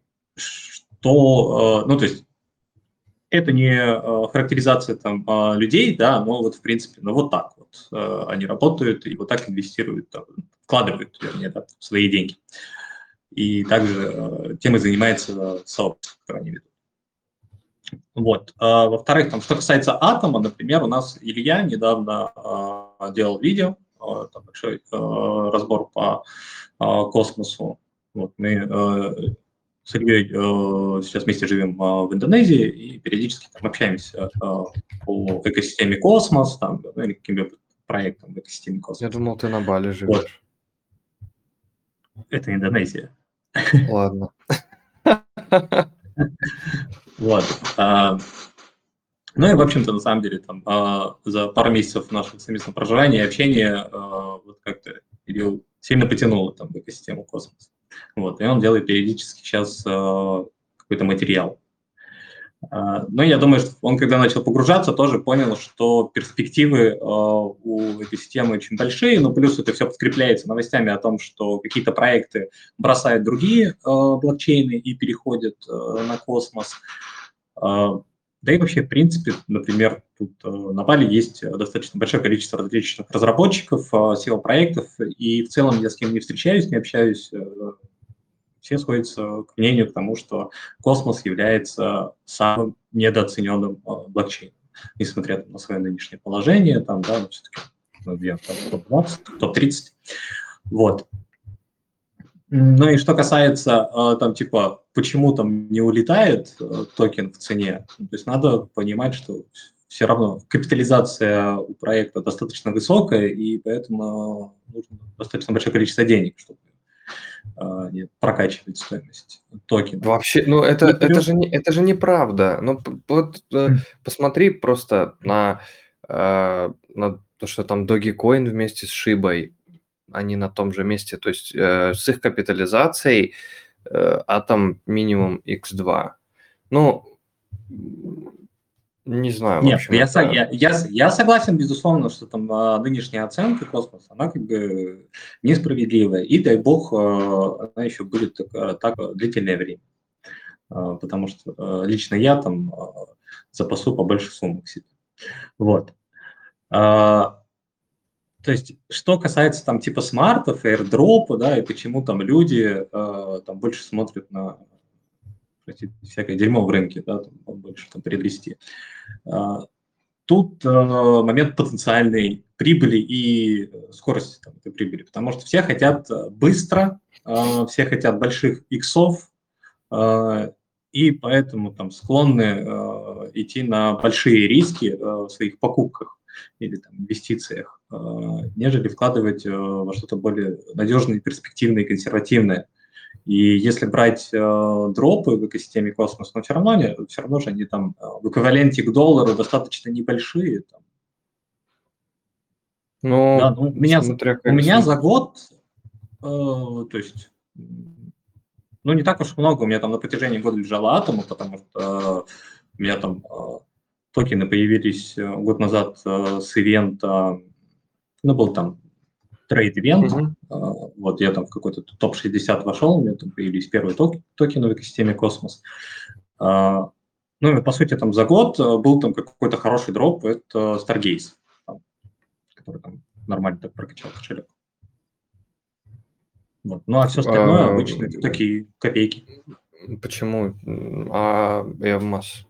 C: то есть это не характеризация там людей, да, но вот, в принципе, ну, вот так вот они работают и вот так инвестируют, там, вкладывают, вернее, да, свои деньги. И также тем и занимается сообщество, которое они ведут. Вот. Во-вторых, там, что касается атома, например, у нас Илья недавно делал видео, там большой разбор по космосу. Вот, мы с Ильей сейчас вместе живем в Индонезии и периодически там общаемся по экосистеме космос, там, ну, или каким-либо проектам в экосистеме
A: Я
C: космоса.
A: думал, ты на Бали
C: Вот.
A: живешь.
C: Это Индонезия.
A: Ладно.
C: Вот. Ну и, в общем-то, на самом деле, там, за пару месяцев нашего совместного проживания и общения вот как-то Илью сильно потянуло там, в экосистему космоса. Вот, и он делает периодически сейчас какой-то материал. Но я думаю, что он, когда начал погружаться, тоже понял, что перспективы у этой системы очень большие, но плюс это все подкрепляется новостями о том, что какие-то проекты бросают другие блокчейны и переходят на космос. Да и вообще, в принципе, например, тут на Бали есть достаточно большое количество различных разработчиков, SEO-проектов, и в целом я с кем не встречаюсь, не общаюсь, все сходятся к мнению к тому, что космос является самым недооцененным блокчейном, несмотря на свое нынешнее положение, там, да, но все-таки топ-20, топ-30. Вот. Ну и что касается, там, типа, почему там не улетает токен в цене, то есть надо понимать, что все равно капитализация у проекта достаточно высокая, и поэтому нужно достаточно большое количество денег, чтобы прокачивать стоимость токена.
A: Вообще, ну это же неправда. Ну вот посмотри просто на то, что там Dogecoin вместе с Шибой, они на том же месте. То есть с их капитализацией атом минимум x2. Ну, не знаю, в
C: Нет,
A: общем,
C: я согласен, безусловно, что там нынешняя оценка космоса, она как бы несправедливая, и дай бог она еще будет так длительное время, потому что лично я там запасу побольше сумму к себе. Вот. То есть, что касается там типа смартов, airdropа, да, и почему там люди там больше смотрят на всякое дерьмо в рынке, да, там, больше там приобрести. тут момент потенциальной прибыли и скорости там, этой прибыли, потому что все хотят быстро, все хотят больших иксов, и поэтому там склонны идти на большие риски в своих покупках или там, инвестициях, нежели вкладывать во что-то более надежное, перспективное и консервативное. И если брать дропы в экосистеме Космос, но все равно же они там в эквиваленте к доллару достаточно небольшие. Там. Да,
A: Ну,
C: ну,
A: смотря
C: у
A: как...
C: меня за год, то есть, ну, не так уж много, у меня там на протяжении года лежало атома, потому что у меня там токены появились год назад с ивента, ну, был там трейд-ивент,
A: Мгм.
C: вот я там в какой-то топ-60 вошел, у меня там появились первые токены в экосистеме Космос. Ну, и, по сути, там за год был там какой-то хороший дроп, это Stargaze, там, который там нормально так прокачал кошелек. Вот. Ну, а все остальное
A: А,
C: обычно это такие копейки.
A: Почему? А Эвмос?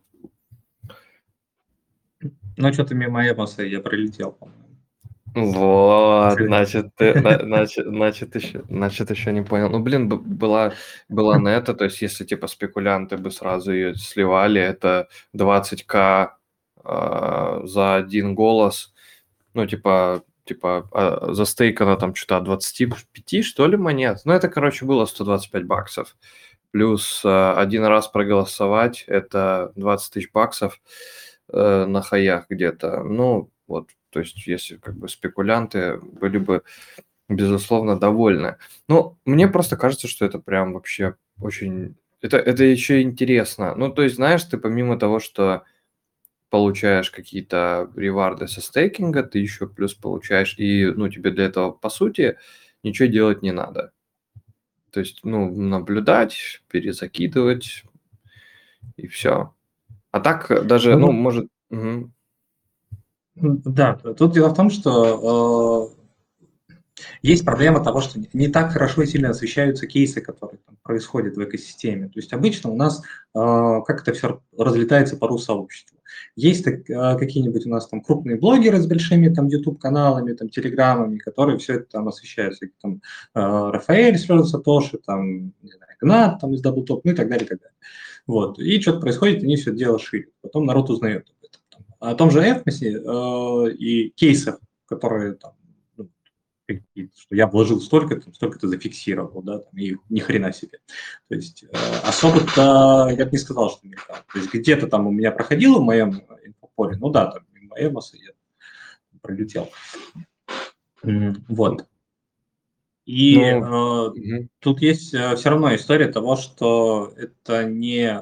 C: Ну, что-то мимо Эвоса я пролетел, по-моему.
A: Вот,
C: Чё это?
A: значит, еще не понял. Ну, блин, была нета, то есть, если, типа, спекулянты бы сразу ее сливали, это 20К за один голос, ну, типа, застейкано там что-то от 25, что ли, монет. Ну, это, короче, было $125. Плюс один раз проголосовать, это 20 тысяч баксов на хаях где-то. Ну, вот, то есть, если как бы спекулянты были бы, безусловно, довольны. Ну, мне просто кажется, что это прям вообще очень... Это еще интересно. Ну, то есть, знаешь, ты помимо того, что получаешь какие-то реварды со стейкинга, ты еще плюс получаешь, и, ну, тебе для этого, по сути, ничего делать не надо. То есть, ну, наблюдать, перезакидывать, и все. А так даже,
C: Ну,
A: ну,
C: вот,
A: может... Мгм.
C: да, тут дело в том, что есть проблема того, что не так хорошо и сильно освещаются кейсы, которые там происходят в экосистеме. То есть обычно у нас как это все разлетается по сообществу. Есть какие-нибудь у нас там крупные блогеры с большими там YouTube-каналами, там телеграммами, которые все это там освещают. Там Рафаэль с Сатоши, там, не знаю, Игнат там из Даблтоп, ну и так далее, и так далее. Вот. И что-то происходит, они все это дело ширят. Потом народ узнает об этом. О том же Эфмосе и кейсах, которые там, ну, что я вложил столько-то зафиксировал, да, там, и ни хрена себе. То есть особо-то я бы не сказал, что мелькал. То есть где-то там у меня проходило в моем инфополе, ну да, там мимо Эвоса я пролетел. Вот. И
A: Ну, мгм.
C: тут есть все равно история того, что это не,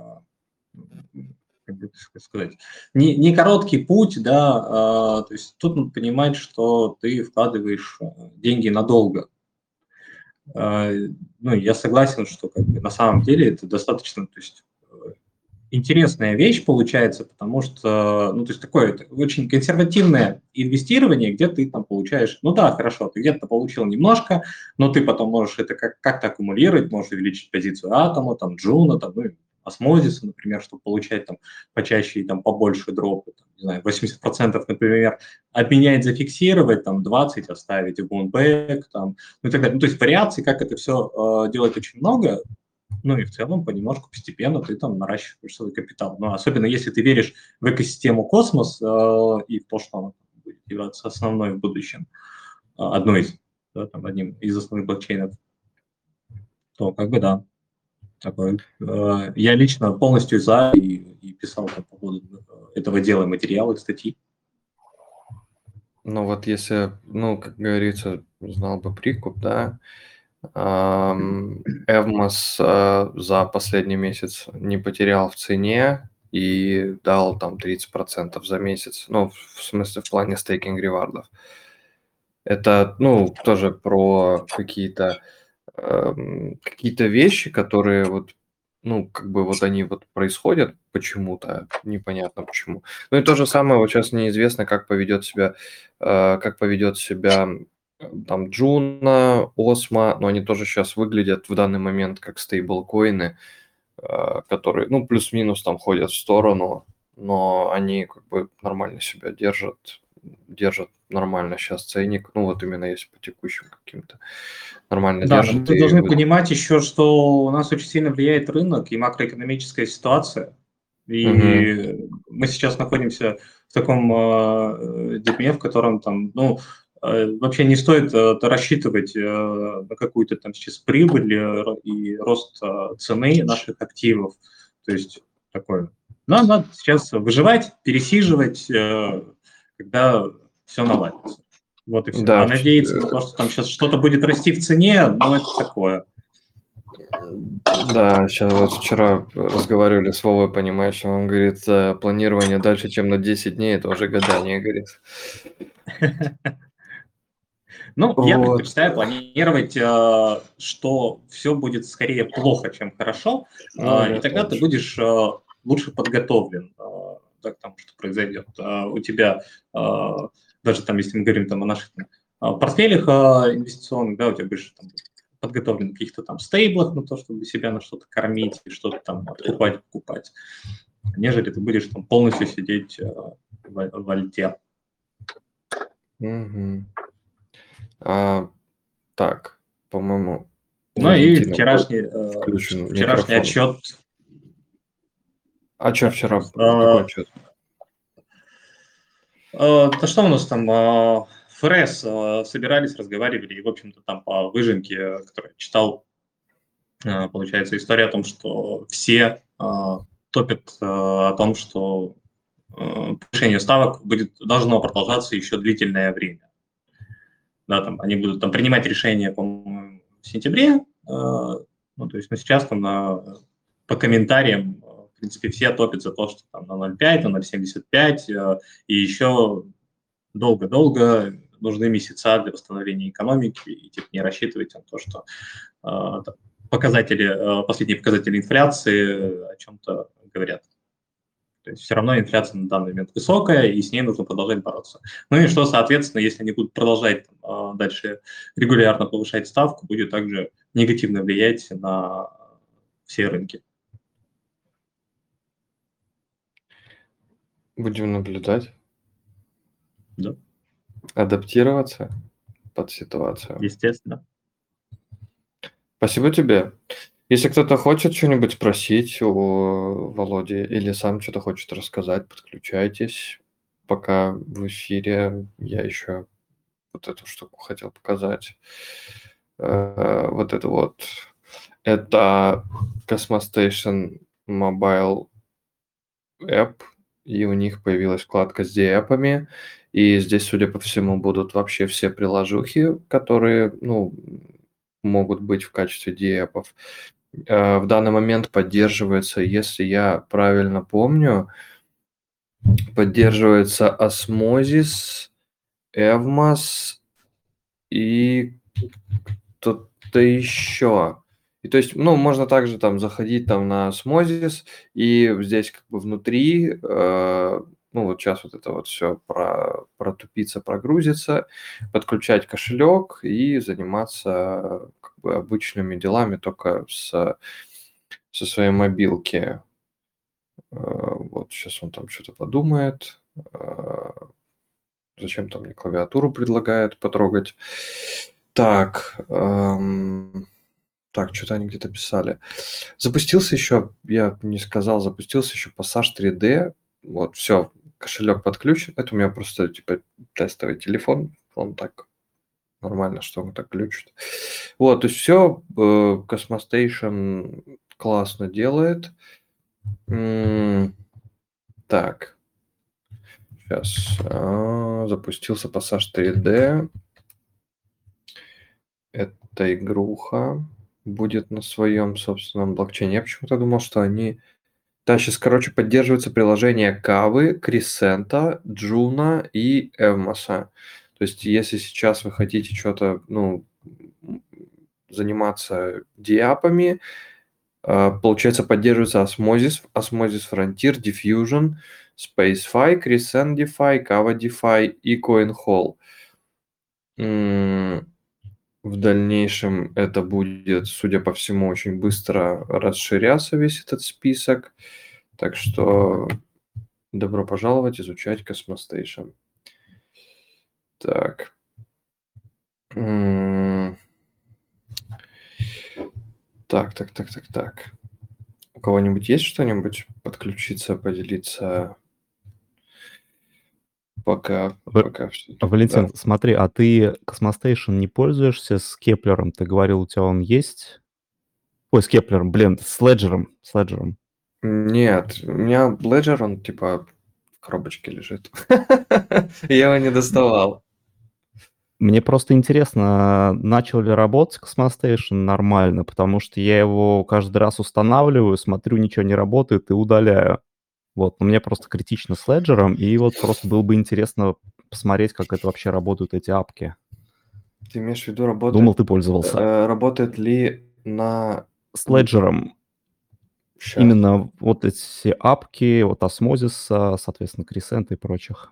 C: как бы сказать, не короткий путь, да, то есть тут надо понимать, что ты вкладываешь деньги надолго. Ну, я согласен, что как бы, на самом деле это достаточно, то есть интересная вещь получается, потому что, ну, то есть такое это очень консервативное инвестирование, где ты там получаешь, ну да, хорошо, ты где-то получил немножко, но ты потом можешь это как-то аккумулировать, можешь увеличить позицию атома, там, джуна, там, ну, осмозиса, например, чтобы получать там почаще и там побольше дропы, там, не знаю, 80%, например, обменять, зафиксировать, там, 20 оставить в бунбэк, там, ну и так далее. Ну, то есть вариаций, как это все делать очень много, ну и в целом понемножку, постепенно ты там наращиваешь свой капитал. Но особенно если ты веришь в экосистему Космос и в то, что она будет являться основной в будущем, одной из, да, там, одним из основных блокчейнов, то как бы да. Такой, я лично полностью за и писал там, по поводу этого дела материалы, статьи.
A: Ну, вот если, ну, как говорится, знал бы прикуп, да, Эвмос за последний месяц не потерял в цене и дал там 30% за месяц. Ну, в смысле, в плане стейкинг ревардов. Это, ну, тоже про какие-то вещи, которые вот, ну, как бы вот они вот происходят почему-то, непонятно почему. Ну и то же самое, вот сейчас неизвестно, как поведет себя там Джуна, Осмо, но они тоже сейчас выглядят в данный момент как стейблкоины, которые, ну, плюс-минус там ходят в сторону. но они как бы нормально себя держат нормально сейчас ценник, ну вот именно если по текущим каким-то нормально
C: Да, но
A: держат.
C: мы
A: И
C: должны понимать еще, что у нас очень сильно влияет рынок и макроэкономическая ситуация. И мы сейчас находимся в таком дерьме, в котором там, вообще не стоит рассчитывать на какую-то там сейчас прибыль и рост цены наших активов. То есть такое. Нам надо сейчас выживать, пересиживать, когда все наладится. Вот и все.
A: да,
C: А надеяться на то, что там сейчас что-то будет расти в цене, ну, это такое.
A: да, сейчас вот вчера разговаривали с Вовой, понимаешь, он говорит, планирование дальше, чем на 10 дней, это уже гадание, говорит.
C: Ну, я
A: Вот.
C: предпочитаю планировать, что все будет скорее плохо, чем хорошо,
A: Ну,
C: и
A: я
C: тогда ты
A: тоже.
C: будешь лучше подготовлен к тому, что произойдет. У тебя, даже там, если мы говорим там, о наших портфелях инвестиционных, да, у тебя будешь там, подготовлен в каких-то там стейблах на то, чтобы себя на что-то кормить и что-то там откупать, покупать, нежели ты будешь там полностью сидеть в альте.
A: Мгм. Так, по-моему, у
C: Ну и
A: Валентина был
C: вчерашний
A: включен микрофон.
C: отчет.
A: А что
C: Да.
A: вчера? Какой отчет?
C: Да что у нас там? ФРС собирались, разговаривали, и, в общем-то, там по выжимке, которую я читал, получается, история о том, что все топят о том, что повышение ставок должно продолжаться еще длительное время. Да, там, они будут там, принимать решения, по-моему, в сентябре, ну, то есть, но сейчас там по комментариям, в принципе, все топят за то, что там на 0,5, на 0,75, и еще долго-долго нужны месяца для восстановления экономики, и типа не рассчитывать на то, что последние показатели инфляции о чем-то говорят. То есть все равно инфляция на данный момент высокая, и с ней нужно продолжать бороться. Ну и что, соответственно, если они будут продолжать дальше регулярно повышать ставку, будет также негативно влиять на все рынки.
A: Будем наблюдать.
C: Да,
A: Адаптироваться под ситуацию.
C: естественно.
A: Спасибо тебе. Если кто-то хочет что-нибудь спросить у Володи или сам что-то хочет рассказать, подключайтесь. Пока в эфире я еще вот эту штуку хотел показать. Вот это вот. Это Cosmostation Mobile App, и у них появилась вкладка с диэпами, и здесь, судя по всему, будут вообще все приложухи, которые, ну, могут быть в качестве диэпов. В данный момент поддерживается, если я правильно помню, поддерживается Osmosis, Evmos и кто-то еще. И то есть, ну, можно также там заходить там на Osmosis, и здесь как бы внутри, ну, вот сейчас вот это вот все протупится, прогрузится, подключать кошелек и заниматься как бы обычными делами только со своей мобилки. Вот сейчас он там что-то подумает. Зачем там мне клавиатуру предлагает потрогать. Так, так, что-то они где-то писали. Запустился еще, я не сказал, запустился еще Passage 3D. Вот, все, кошелек подключен. Это у меня просто типа тестовый телефон. Он так нормально, что он так глючит. Вот, то есть все, Cosmostation классно делает. Так, сейчас запустился Passage 3D. Эта игруха будет на своем собственном блокчейне. Я почему-то думал, что они... Да, сейчас, короче, поддерживается приложение Кавы, Крисента, Джуна и Эвмоса. То есть, если сейчас вы хотите что-то, ну, заниматься диапами, получается, поддерживается Osmosis, Osmosis Frontier, Diffusion, SpaceFi, Crescent DeFi, Kava DeFi и CoinHall. В дальнейшем это будет, судя по всему, очень быстро расширяться весь этот список. Так что Добро пожаловать изучать Космостейшн. Так. М, Так. У кого-нибудь есть что-нибудь подключиться, поделиться, пока
B: В-
A: все
B: Валентин,
A: да.
B: смотри, а ты Cosmostation не пользуешься с Кеплером? Ты говорил, у тебя он есть? Ой, с Кеплером, блин, с Леджером. С Леджером.
A: Нет, у меня Ledger, он типа в коробочке лежит. Я его не доставал.
B: Мне просто интересно, начал ли работать Cosmostation нормально, потому что я его каждый раз устанавливаю, смотрю, ничего не работает и удаляю. Вот, но мне просто критично с Ledger, и вот просто было бы интересно посмотреть, как это вообще работают эти апки.
A: Ты имеешь в виду,
B: Думал, ты пользовался.
A: работает ли на...
B: С Ledger
A: Сейчас,
B: именно вот эти апки, вот Osmosis, соответственно, Crescent и прочих.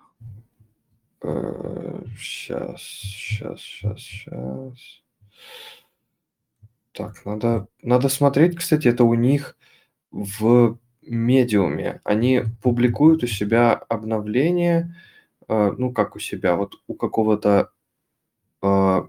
A: сейчас. Так, надо смотреть, кстати, это у них в медиуме. Они публикуют у себя обновления, ну, как у себя, вот у какого-то а,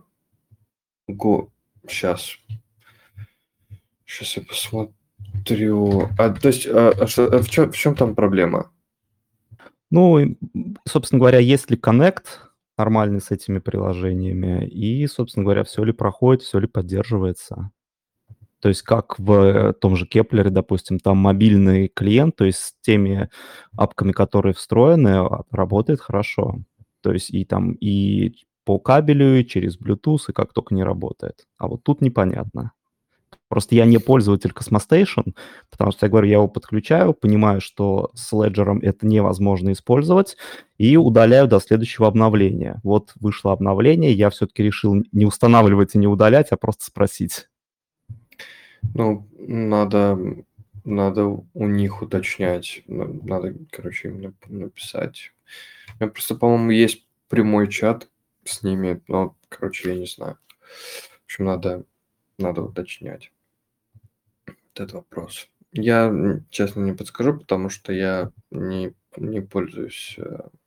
A: Сейчас. Сейчас я посмотрю. То есть, в чем там проблема?
B: Ну, собственно говоря, есть ли коннект нормальный с этими приложениями, и, собственно говоря, все ли проходит, все ли поддерживается. То есть как в том же Кеплере, допустим, там мобильный клиент, то есть с теми апками, которые встроены, работает хорошо. То есть и там и по кабелю, и через Bluetooth, и как только не работает. А вот тут непонятно. Просто я не пользователь Cosmostation, потому что, я говорю, я его подключаю, понимаю, что с Ledger это невозможно использовать, и удаляю до следующего обновления. Вот вышло обновление, я все-таки решил не устанавливать и не удалять, а просто спросить.
A: Ну, надо у них уточнять. Надо, короче, им написать. У меня просто, по-моему, есть прямой чат с ними, но, короче, я не знаю. В общем, надо уточнять этот вопрос. Я, честно, не подскажу, потому что я не пользуюсь,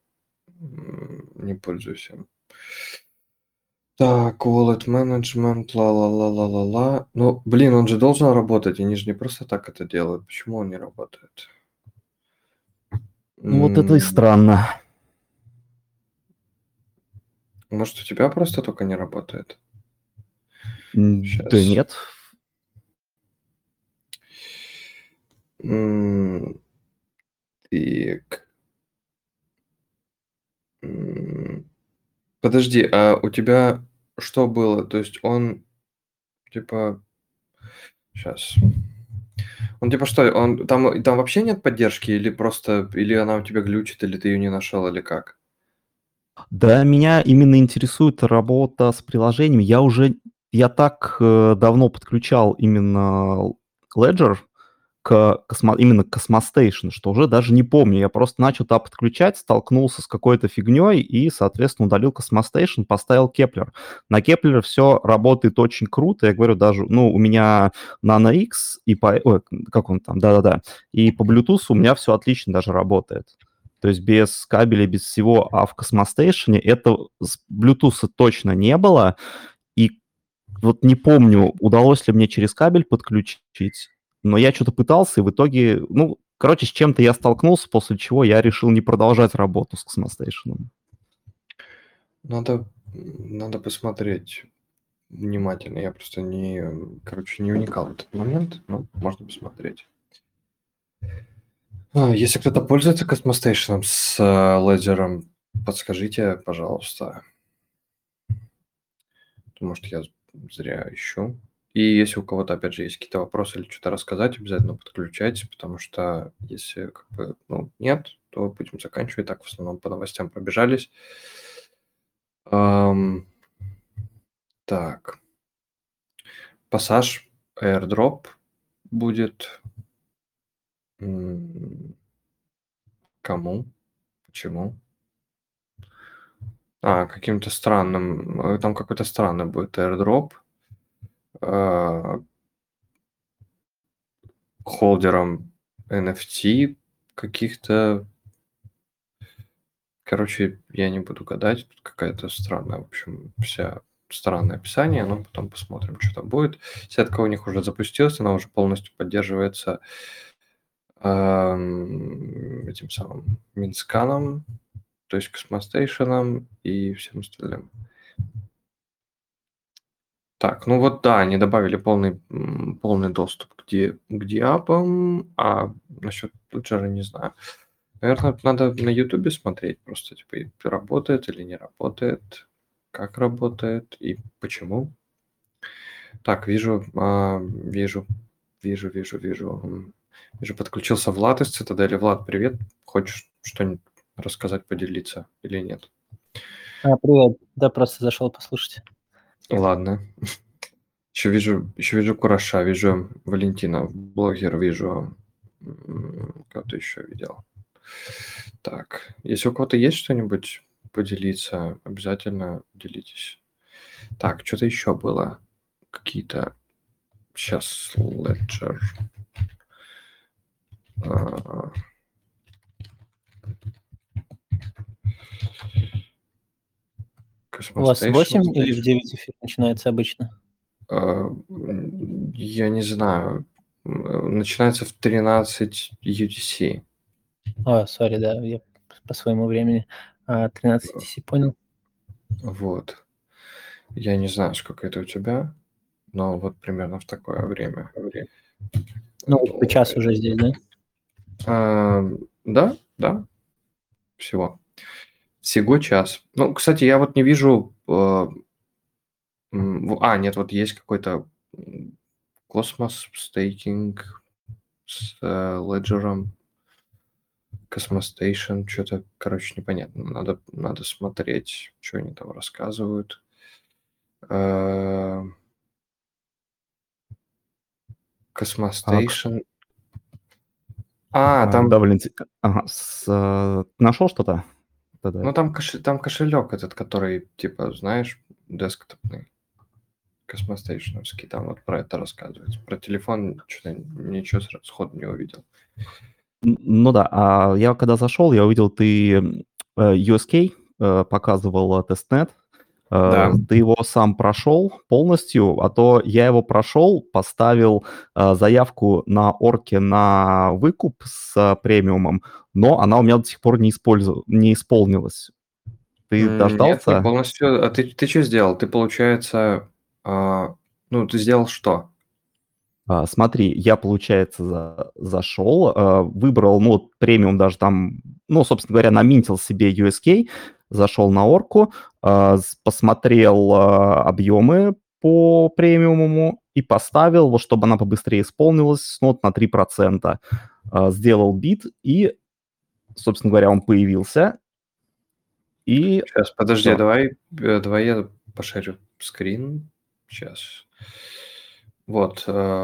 A: не пользуюсь им. Так, wallet management, ла-ла-ла-ла-ла-ла. Ну, блин, он же должен работать, они же не просто так это делают. Почему он не работает?
B: Ну вот это и
A: М,
B: странно.
A: Может, у тебя просто только не работает?
B: Да
A: Сейчас.
B: нет.
A: Так. М, Подожди, а у тебя что было? То есть он, типа, сейчас. Он типа что, он там вообще нет поддержки или просто, или она у тебя глючит, или ты ее не нашел, или как?
B: Да, меня именно интересует работа с приложением. Я так давно подключал именно Ledger именно к Cosmostation, что уже даже не помню. Я просто начал туда подключать, столкнулся с какой-то фигней и, соответственно, удалил Cosmostation, поставил Kepler. На Kepler все работает очень круто. Я говорю, даже, ну, у меня Nano X и по... Ой, как он там? Да-да-да. И по Bluetooth у меня все отлично даже работает. То есть без кабеля, без всего, а в Cosmostation это с Bluetooth точно не было. И вот не помню, удалось ли мне через кабель подключить, но я что-то пытался, и в итоге, ну, короче, с чем-то я столкнулся, после чего я решил не продолжать работу с Cosmostation.
A: Надо посмотреть внимательно. Я просто короче, не вникал в этот момент, но можно посмотреть. Если кто-то пользуется Cosmostation с Ledger, подскажите, пожалуйста. Может, я зря ищу. И если у кого-то, опять же, есть какие-то вопросы или что-то рассказать, обязательно подключайтесь, потому что если как бы, ну, нет, то будем заканчивать. Так, в основном по новостям пробежались. Ам, так, пассаж airdrop будет кому? Почему? Каким-то странным. Там какой-то странный будет airdrop. а, Холдером NFT каких-то Короче, я не буду гадать, тут какая-то странная, в общем, вся странное описание, но потом посмотрим, что там будет. Сетка у них уже запустилась, она уже полностью поддерживается этим самым Минсканом, то есть Космостейшеном и всем остальным. Так, ну вот да, они добавили полный доступ к диапам, а насчет Ledger не знаю. Наверное, надо на Ютубе смотреть просто, типа, работает или не работает, как работает и почему. Так, вижу, вижу, подключился Влад из Цитадели. Влад, привет. Хочешь что-нибудь рассказать, поделиться или нет?
D: Привет. Да, просто зашел послушать.
A: Ладно. Еще вижу Кураша, вижу Валентина, блогер, вижу. Кого-то еще видел. Так, если у кого-то есть что-нибудь поделиться, обязательно делитесь. Так, что-то еще было. Какие-то... Сейчас Ledger.
D: У вас в 8
A: Cosmostation.
D: или в 9 эфир начинается обычно?
A: Я не знаю. Начинается в 13 UTC.
D: Сори, да, я по своему времени. 13 DC, понял.
A: Вот. Я не знаю, сколько это у тебя, но вот примерно в такое время.
D: Ну, вот час уже здесь, да?
A: Да, всего. Всего час. Ну, кстати, я вот не вижу... нет, вот есть какой-то Cosmos Staking с Ledger, Cosmostation, что-то, короче, непонятно. Надо смотреть, что они там рассказывают. Cosmostation. Там...
B: Да, Валентин. Ага, нашел что-то? Тогда.
A: Ну, там кошелек этот, который, типа, знаешь, десктопный. Космостейшеновский, там вот про это рассказывается. Про телефон что-то ничего сходу не увидел.
B: Ну да, я когда зашел, я увидел, ты USK показывал тестнет.
A: Да.
B: Ты его сам прошел полностью, а то я его прошел, поставил заявку на орке на выкуп с премиумом, но она у меня до сих пор не исполнилась. Ты дождался?
A: Нет, не полностью. А ты что сделал? Ты, получается... ты сделал что?
B: Смотри, я, получается, зашел, выбрал, премиум даже там, собственно говоря, наминтил себе USK, зашел на орку, посмотрел объемы по премиуму и поставил, чтобы она побыстрее исполнилась, на 3%. Сделал бит, и, собственно говоря, он появился. И...
A: Сейчас, подожди, давай я пошарю скрин. Сейчас. Вот.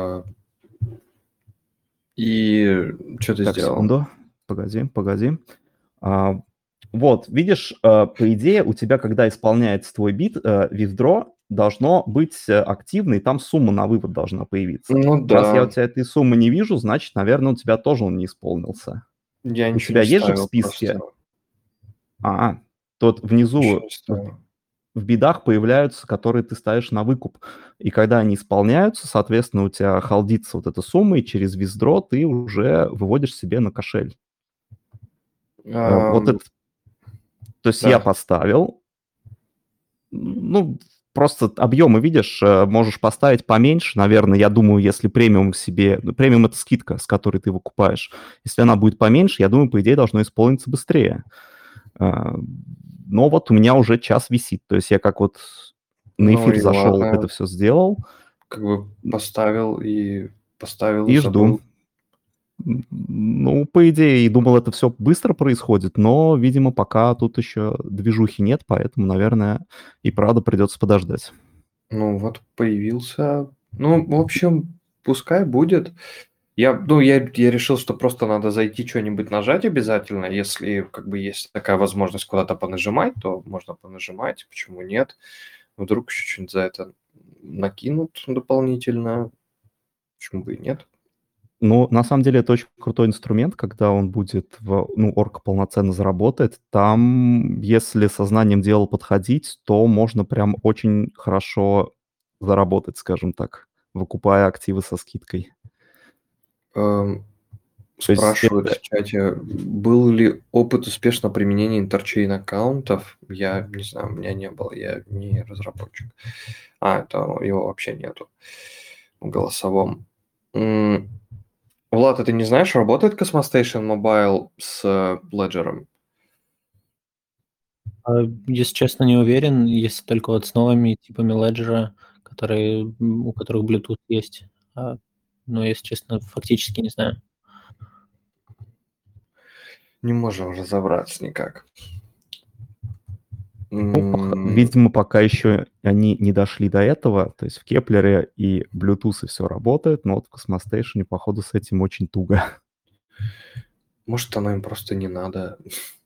A: И что ты сделал?
B: Секунду. Погоди. Вот, видишь, по идее, у тебя, когда исполняется твой бит, withdraw должно быть активно, и там сумма на вывод должна появиться.
A: Ну да.
B: Раз я у тебя этой суммы не вижу, значит, наверное, у тебя тоже он не исполнился.
A: Я
B: у
A: ничего
B: тебя
A: не
B: есть же в
A: ставил,
B: списке?
A: просто.
B: Тут
A: Ничего
B: внизу
A: не ставил.
B: в бидах появляются, которые ты ставишь на выкуп. И когда они исполняются, соответственно, у тебя холдится вот эта сумма, и через withdraw ты уже выводишь себе на кошель. Вот это... То есть
A: Да.
B: я поставил. Просто объемы, видишь, можешь поставить поменьше. Наверное, я думаю, если премиум себе... Премиум — это скидка, с которой ты выкупаешь. Если она будет поменьше, я думаю, по идее, должно исполниться быстрее. Но вот у меня уже час висит. То есть я как вот на эфир зашел,
A: ладно.
B: это все сделал.
A: Как бы поставил и
B: И
A: забыл.
B: жду. По идее, и думал, это все быстро происходит, но, видимо, пока тут еще движухи нет, поэтому, наверное, и правда придется подождать.
A: Вот появился. В общем, пускай будет. Я решил, что просто надо зайти что-нибудь нажать обязательно. Если как бы есть такая возможность куда-то понажимать, то можно понажимать. Почему нет? Вдруг еще что-нибудь за это накинут дополнительно. Почему бы и нет?
B: Ну, на самом деле это очень крутой инструмент, когда он будет Орк полноценно заработает. Там, если сознанием дела подходить, то можно прям очень хорошо заработать, скажем так, выкупая активы со скидкой.
A: Эм,
B: То есть
A: Спрашивают в чате, был ли опыт успешного применения интерчейн аккаунтов? Я не знаю, у меня не было, я не разработчик. Это его вообще нету в голосовом. Влад, а ты не знаешь, работает Cosmostation Mobile с Ledger?
D: Если честно, не уверен, если только вот с новыми типами Ledger, у которых Bluetooth есть. Но, если честно, фактически не знаю.
A: Не можем разобраться никак.
B: Видимо, пока еще они не дошли до этого. То есть в Кеплере и Bluetooth все работает, но вот в Cosmostation, походу, с этим очень туго.
A: Может, оно им просто не надо.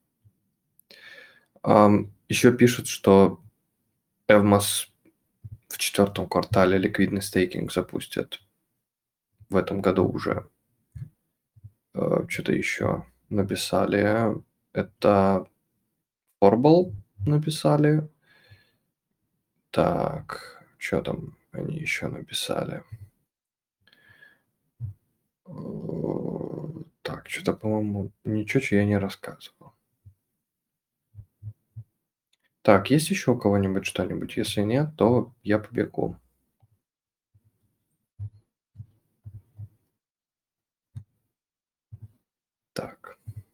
A: Еще пишут, что Evmos в 4 квартале ликвидный стейкинг запустят. В этом году уже. Что-то еще написали. Это Forbal написали. Так, что там они еще написали? Так, что-то, по-моему, ничего, что я не рассказывал. Так, есть еще у кого-нибудь что-нибудь? Если нет, то я побегу. Так.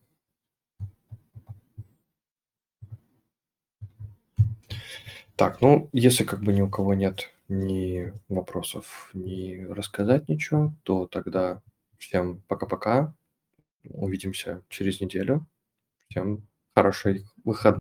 A: Так, ну, если как бы ни у кого нет ни вопросов, ни рассказать ничего, то тогда всем пока-пока. Увидимся через неделю. Всем хороших выходных.